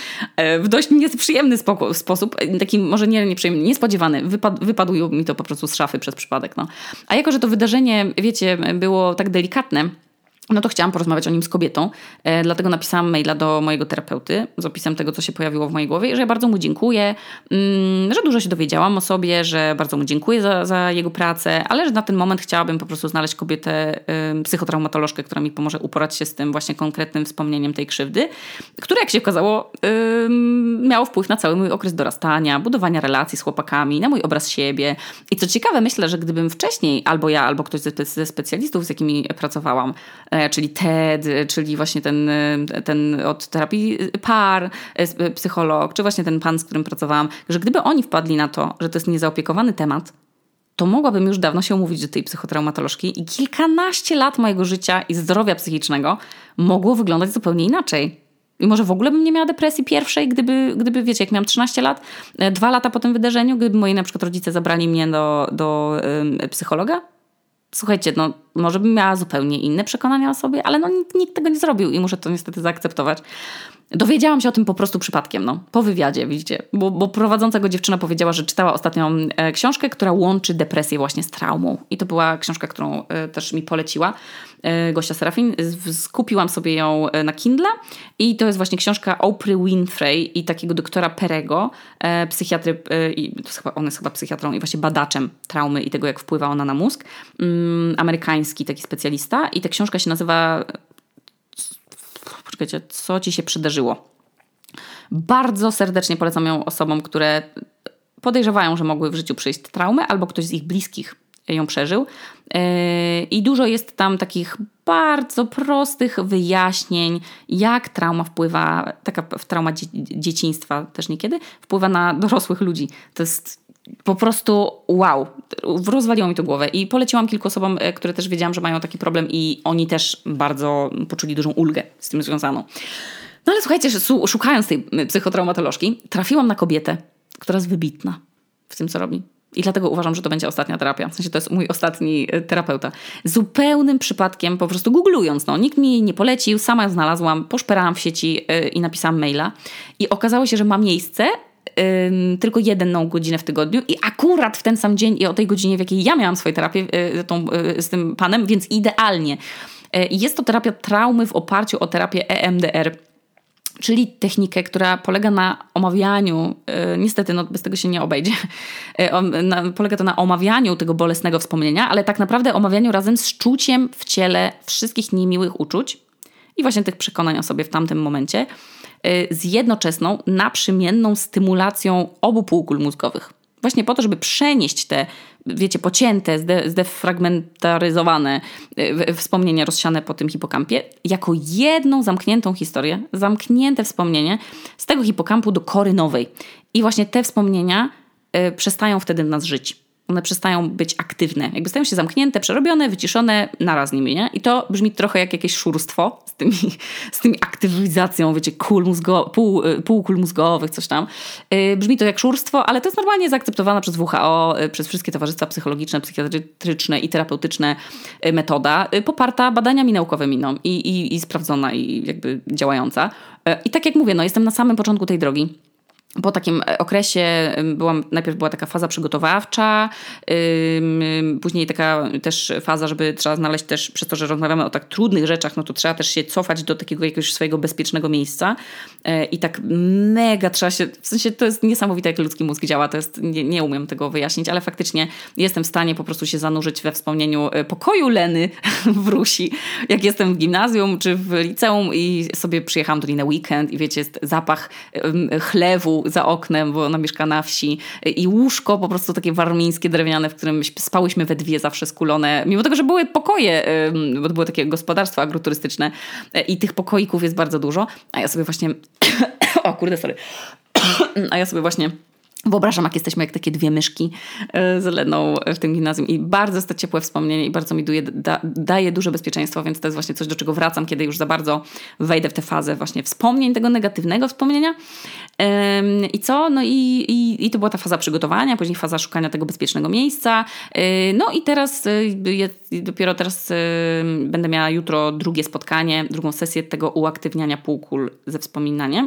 W dość nieprzyjemny spoko- sposób, taki może nie nieprzyjemny, niespodziewany. Wypad- wypadło mi to po prostu z szafy przez przypadek. No. A jako, że to wydarzenie, wiecie, było tak delikatne, no to chciałam porozmawiać o nim z kobietą, e, dlatego napisałam maila do mojego terapeuty z opisem tego, co się pojawiło w mojej głowie, że ja bardzo mu dziękuję, mm, że dużo się dowiedziałam o sobie, że bardzo mu dziękuję za, za jego pracę, ale że na ten moment chciałabym po prostu znaleźć kobietę, y, psychotraumatolożkę, która mi pomoże uporać się z tym właśnie konkretnym wspomnieniem tej krzywdy, które, jak się okazało, y, miało wpływ na cały mój okres dorastania, budowania relacji z chłopakami, na mój obraz siebie. I co ciekawe, myślę, że gdybym wcześniej, albo ja, albo ktoś ze, ze specjalistów, z jakimi pracowałam, czyli TED, czyli właśnie ten, ten od terapii par, psycholog, czy właśnie ten pan, z którym pracowałam, że gdyby oni wpadli na to, że to jest niezaopiekowany temat, to mogłabym już dawno się umówić do tej psychotraumatolożki i kilkanaście lat mojego życia i zdrowia psychicznego mogło wyglądać zupełnie inaczej. I może w ogóle bym nie miała depresji pierwszej, gdyby, gdyby wiecie, jak miałam trzynaście lat, dwa lata po tym wydarzeniu, gdyby moi na przykład rodzice zabrali mnie do, do ym, psychologa. Słuchajcie, no może bym miała zupełnie inne przekonania o sobie, ale no nikt, nikt tego nie zrobił i muszę to niestety zaakceptować. Dowiedziałam się o tym po prostu przypadkiem, no, po wywiadzie, widzicie, bo, bo prowadząca go dziewczyna powiedziała, że czytała ostatnią e, książkę, która łączy depresję właśnie z traumą. I to była książka, którą e, też mi poleciła e, Gosia Serafin. Skupiłam sobie ją na Kindle i to jest właśnie książka Oprah Winfrey i takiego doktora Perego, e, psychiatry, e, i to jest chyba, on jest chyba psychiatrą i właśnie badaczem traumy i tego, jak wpływa ona na mózg. Mm, amerykański taki specjalista i ta książka się nazywa... Poczekajcie, co ci się przydarzyło? Bardzo serdecznie polecam ją osobom, które podejrzewają, że mogły w życiu przyjść traumy, albo ktoś z ich bliskich ją przeżył. I dużo jest tam takich bardzo prostych wyjaśnień, jak trauma wpływa, taka trauma dzie- dzieciństwa też niekiedy, wpływa na dorosłych ludzi. To jest po prostu wow, rozwaliło mi to głowę i poleciłam kilku osobom, które też wiedziałam, że mają taki problem i oni też bardzo poczuli dużą ulgę z tym związaną. No ale słuchajcie, szukając tej psychotraumatolożki, trafiłam na kobietę, która jest wybitna w tym, co robi. I dlatego uważam, że to będzie ostatnia terapia. W sensie to jest mój ostatni terapeuta. Zupełnym przypadkiem, po prostu googlując, no, nikt mi jej nie polecił, sama ją znalazłam, poszperałam w sieci yy, i napisałam maila. I okazało się, że ma miejsce Yy, tylko jedną godzinę w tygodniu i akurat w ten sam dzień i o tej godzinie, w jakiej ja miałam swoją terapię yy, tą, yy, z tym panem, więc idealnie. Yy, jest to terapia traumy w oparciu o terapię E M D R, czyli technikę, która polega na omawianiu, yy, niestety no, bez tego się nie obejdzie, yy, na, polega to na omawianiu tego bolesnego wspomnienia, ale tak naprawdę omawianiu razem z czuciem w ciele wszystkich niemiłych uczuć i właśnie tych przekonań o sobie w tamtym momencie, z jednoczesną, naprzemienną stymulacją obu półkul mózgowych. Właśnie po to, żeby przenieść te, wiecie, pocięte, zde, zdefragmentaryzowane wspomnienia rozsiane po tym hipokampie jako jedną zamkniętą historię, zamknięte wspomnienie z tego hipokampu do kory nowej. I właśnie te wspomnienia y, przestają wtedy w nas żyć. One przestają być aktywne. Jakby stają się zamknięte, przerobione, wyciszone, naraz nimi, nie? I to brzmi trochę jak jakieś szurstwo z tymi, z tymi aktywizacją, wiecie, kul mózgo, pół, półkul mózgowych, coś tam. Yy, brzmi to jak szurstwo, ale to jest normalnie zaakceptowana przez W H O, yy, przez wszystkie towarzystwa psychologiczne, psychiatryczne i terapeutyczne yy, metoda, yy, poparta badaniami naukowymi, no, i, i, i sprawdzona, i jakby działająca. Yy, I tak jak mówię, no, jestem na samym początku tej drogi. Po takim okresie byłam, najpierw była taka faza przygotowawcza, yy, później taka też faza, żeby trzeba znaleźć też, przez to, że rozmawiamy o tak trudnych rzeczach, no to trzeba też się cofać do takiego jakiegoś swojego bezpiecznego miejsca yy, i tak mega trzeba się, w sensie to jest niesamowite, jak ludzki mózg działa, to jest, nie, nie umiem tego wyjaśnić, ale faktycznie jestem w stanie po prostu się zanurzyć we wspomnieniu pokoju Leny w Rusi, jak jestem w gimnazjum czy w liceum i sobie przyjechałam do niej na weekend i wiecie, jest zapach yy, chlewu za oknem, bo ona mieszka na wsi i łóżko po prostu takie warmińskie, drewniane, w którym spałyśmy we dwie zawsze skulone, mimo tego, że były pokoje, bo to było takie gospodarstwo agroturystyczne i tych pokoików jest bardzo dużo, a ja sobie właśnie o kurde, sorry a ja sobie właśnie wyobrażam, jak jesteśmy jak takie dwie myszki z Leną w tym gimnazjum i bardzo jest to ciepłe wspomnienie i bardzo mi daje, da, daje duże bezpieczeństwo, więc to jest właśnie coś, do czego wracam, kiedy już za bardzo wejdę w tę fazę właśnie wspomnień, tego negatywnego wspomnienia. Ym, I co? No i, i, i to była ta faza przygotowania, później faza szukania tego bezpiecznego miejsca. Yy, no i teraz, yy, je, dopiero teraz yy, będę miała jutro drugie spotkanie, drugą sesję tego uaktywniania półkul ze wspominaniem.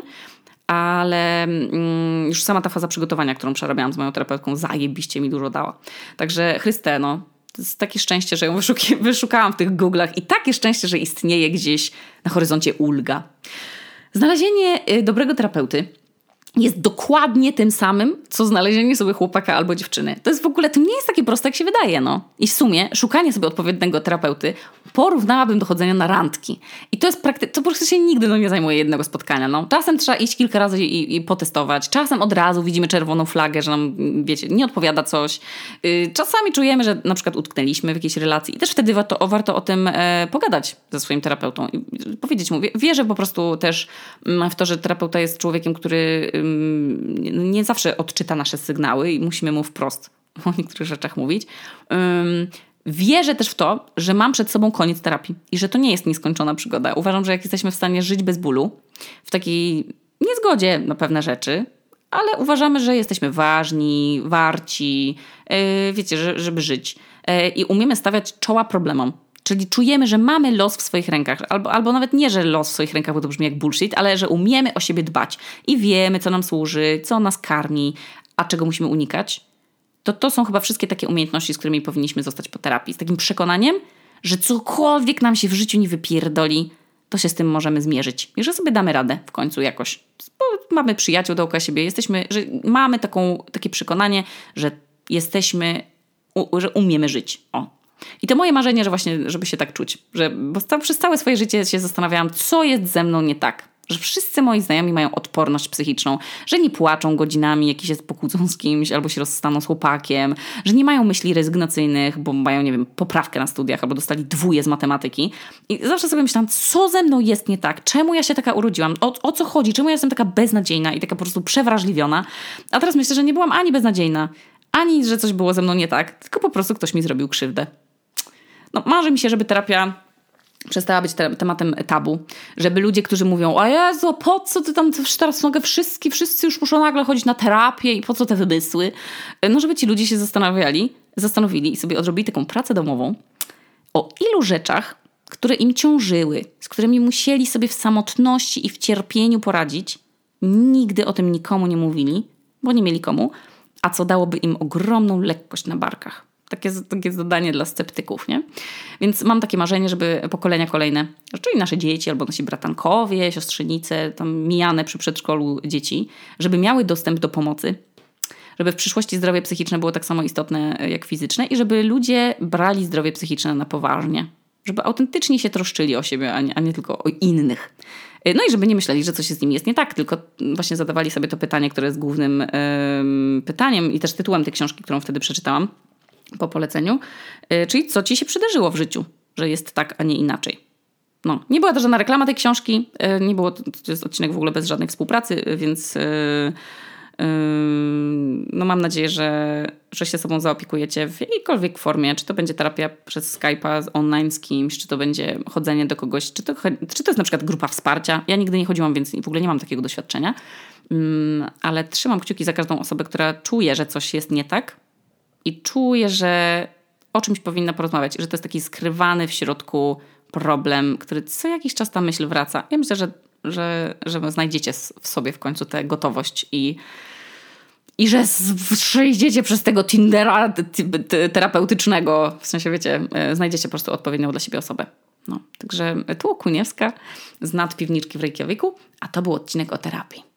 Ale mm, już sama ta faza przygotowania, którą przerabiałam z moją terapeutką, zajebiście mi dużo dała. Także Chryste, no, to jest takie szczęście, że ją wyszuki- wyszukałam w tych Google'ach i takie szczęście, że istnieje gdzieś na horyzoncie ulga. Znalezienie y, dobrego terapeuty jest dokładnie tym samym, co znalezienie sobie chłopaka albo dziewczyny. To jest w ogóle, to nie jest takie proste, jak się wydaje, no. I w sumie szukanie sobie odpowiedniego terapeuty porównałabym do chodzenia na randki. I to jest praktycznie, to po prostu się nigdy no, nie zajmuje jednego spotkania, no. Czasem trzeba iść kilka razy i, i potestować. Czasem od razu widzimy czerwoną flagę, że nam, wiecie, nie odpowiada coś. Yy, czasami czujemy, że na przykład utknęliśmy w jakiejś relacji i też wtedy warto, warto o tym e, pogadać ze swoim terapeutą i powiedzieć mu. Wierzę po prostu też w to, że terapeuta jest człowiekiem, który nie zawsze odczyta nasze sygnały i musimy mu wprost o niektórych rzeczach mówić. Wierzę też w to, że mam przed sobą koniec terapii i że to nie jest nieskończona przygoda. Uważam, że jak jesteśmy w stanie żyć bez bólu, w takiej niezgodzie na pewne rzeczy, ale uważamy, że jesteśmy ważni, warci, yy, wiecie, że, żeby żyć. Yy, I umiemy stawiać czoła problemom. Czyli czujemy, że mamy los w swoich rękach. Albo, albo nawet nie, że los w swoich rękach, bo to brzmi jak bullshit, ale że umiemy o siebie dbać. I wiemy, co nam służy, co nas karmi, a czego musimy unikać. To to są chyba wszystkie takie umiejętności, z którymi powinniśmy zostać po terapii. Z takim przekonaniem, że cokolwiek nam się w życiu nie wypierdoli, to się z tym możemy zmierzyć. I że sobie damy radę w końcu jakoś. Bo mamy przyjaciół dookoła siebie, jesteśmy, że mamy taką, takie przekonanie, że jesteśmy, u, że umiemy żyć. O. I to moje marzenie, że właśnie, żeby się tak czuć. Że, bo sta, przez całe swoje życie się zastanawiałam, co jest ze mną nie tak. Że wszyscy moi znajomi mają odporność psychiczną, że nie płaczą godzinami, jak się pokłócą z kimś albo się rozstaną z chłopakiem, że nie mają myśli rezygnacyjnych, bo mają, nie wiem, poprawkę na studiach albo dostali dwóje z matematyki. I zawsze sobie myślałam, co ze mną jest nie tak? Czemu ja się taka urodziłam? O, o co chodzi? Czemu ja jestem taka beznadziejna i taka po prostu przewrażliwiona? A teraz myślę, że nie byłam ani beznadziejna, ani że coś było ze mną nie tak, tylko po prostu ktoś mi zrobił krzywdę. No, marzy mi się, żeby terapia przestała być te- tematem tabu. Żeby ludzie, którzy mówią, o Jezu, po co ty tam teraz mogę wszyscy, wszyscy już muszą nagle chodzić na terapię i po co te wymysły? No, żeby ci ludzie się zastanawiali, zastanowili i sobie odrobili taką pracę domową o ilu rzeczach, które im ciążyły, z którymi musieli sobie w samotności i w cierpieniu poradzić, nigdy o tym nikomu nie mówili, bo nie mieli komu, a co dałoby im ogromną lekkość na barkach. Takie, takie zadanie dla sceptyków, nie? Więc mam takie marzenie, żeby pokolenia kolejne, czyli nasze dzieci albo nasi bratankowie, siostrzenice, tam mijane przy przedszkolu dzieci, żeby miały dostęp do pomocy, żeby w przyszłości zdrowie psychiczne było tak samo istotne jak fizyczne i żeby ludzie brali zdrowie psychiczne na poważnie. Żeby autentycznie się troszczyli o siebie, a nie, a nie tylko o innych. No i żeby nie myśleli, że coś z nimi jest nie tak, tylko właśnie zadawali sobie to pytanie, które jest głównym yy, pytaniem i też tytułem tej książki, którą wtedy przeczytałam po poleceniu, yy, czyli co ci się przydarzyło w życiu, że jest tak, a nie inaczej. No, nie była to żadna reklama tej książki, yy, nie było, to jest odcinek w ogóle bez żadnej współpracy, yy, więc yy, yy, no mam nadzieję, że, że się sobą zaopiekujecie w jakiejkolwiek formie, czy to będzie terapia przez Skype'a online z kimś, czy to będzie chodzenie do kogoś, czy to, czy to jest na przykład grupa wsparcia. Ja nigdy nie chodziłam, więc w ogóle nie mam takiego doświadczenia, yy, ale trzymam kciuki za każdą osobę, która czuje, że coś jest nie tak, i czuję, że o czymś powinna porozmawiać, że to jest taki skrywany w środku problem, który co jakiś czas ta myśl wraca. Ja myślę, że, że, że znajdziecie w sobie w końcu tę gotowość i, i że przejdziecie przez tego Tindera terapeutycznego, w sensie wiecie, znajdziecie po prostu odpowiednią dla siebie osobę. No, także tu Kuniewska z nadpiwniczki w Reykjaviku, a to był odcinek o terapii.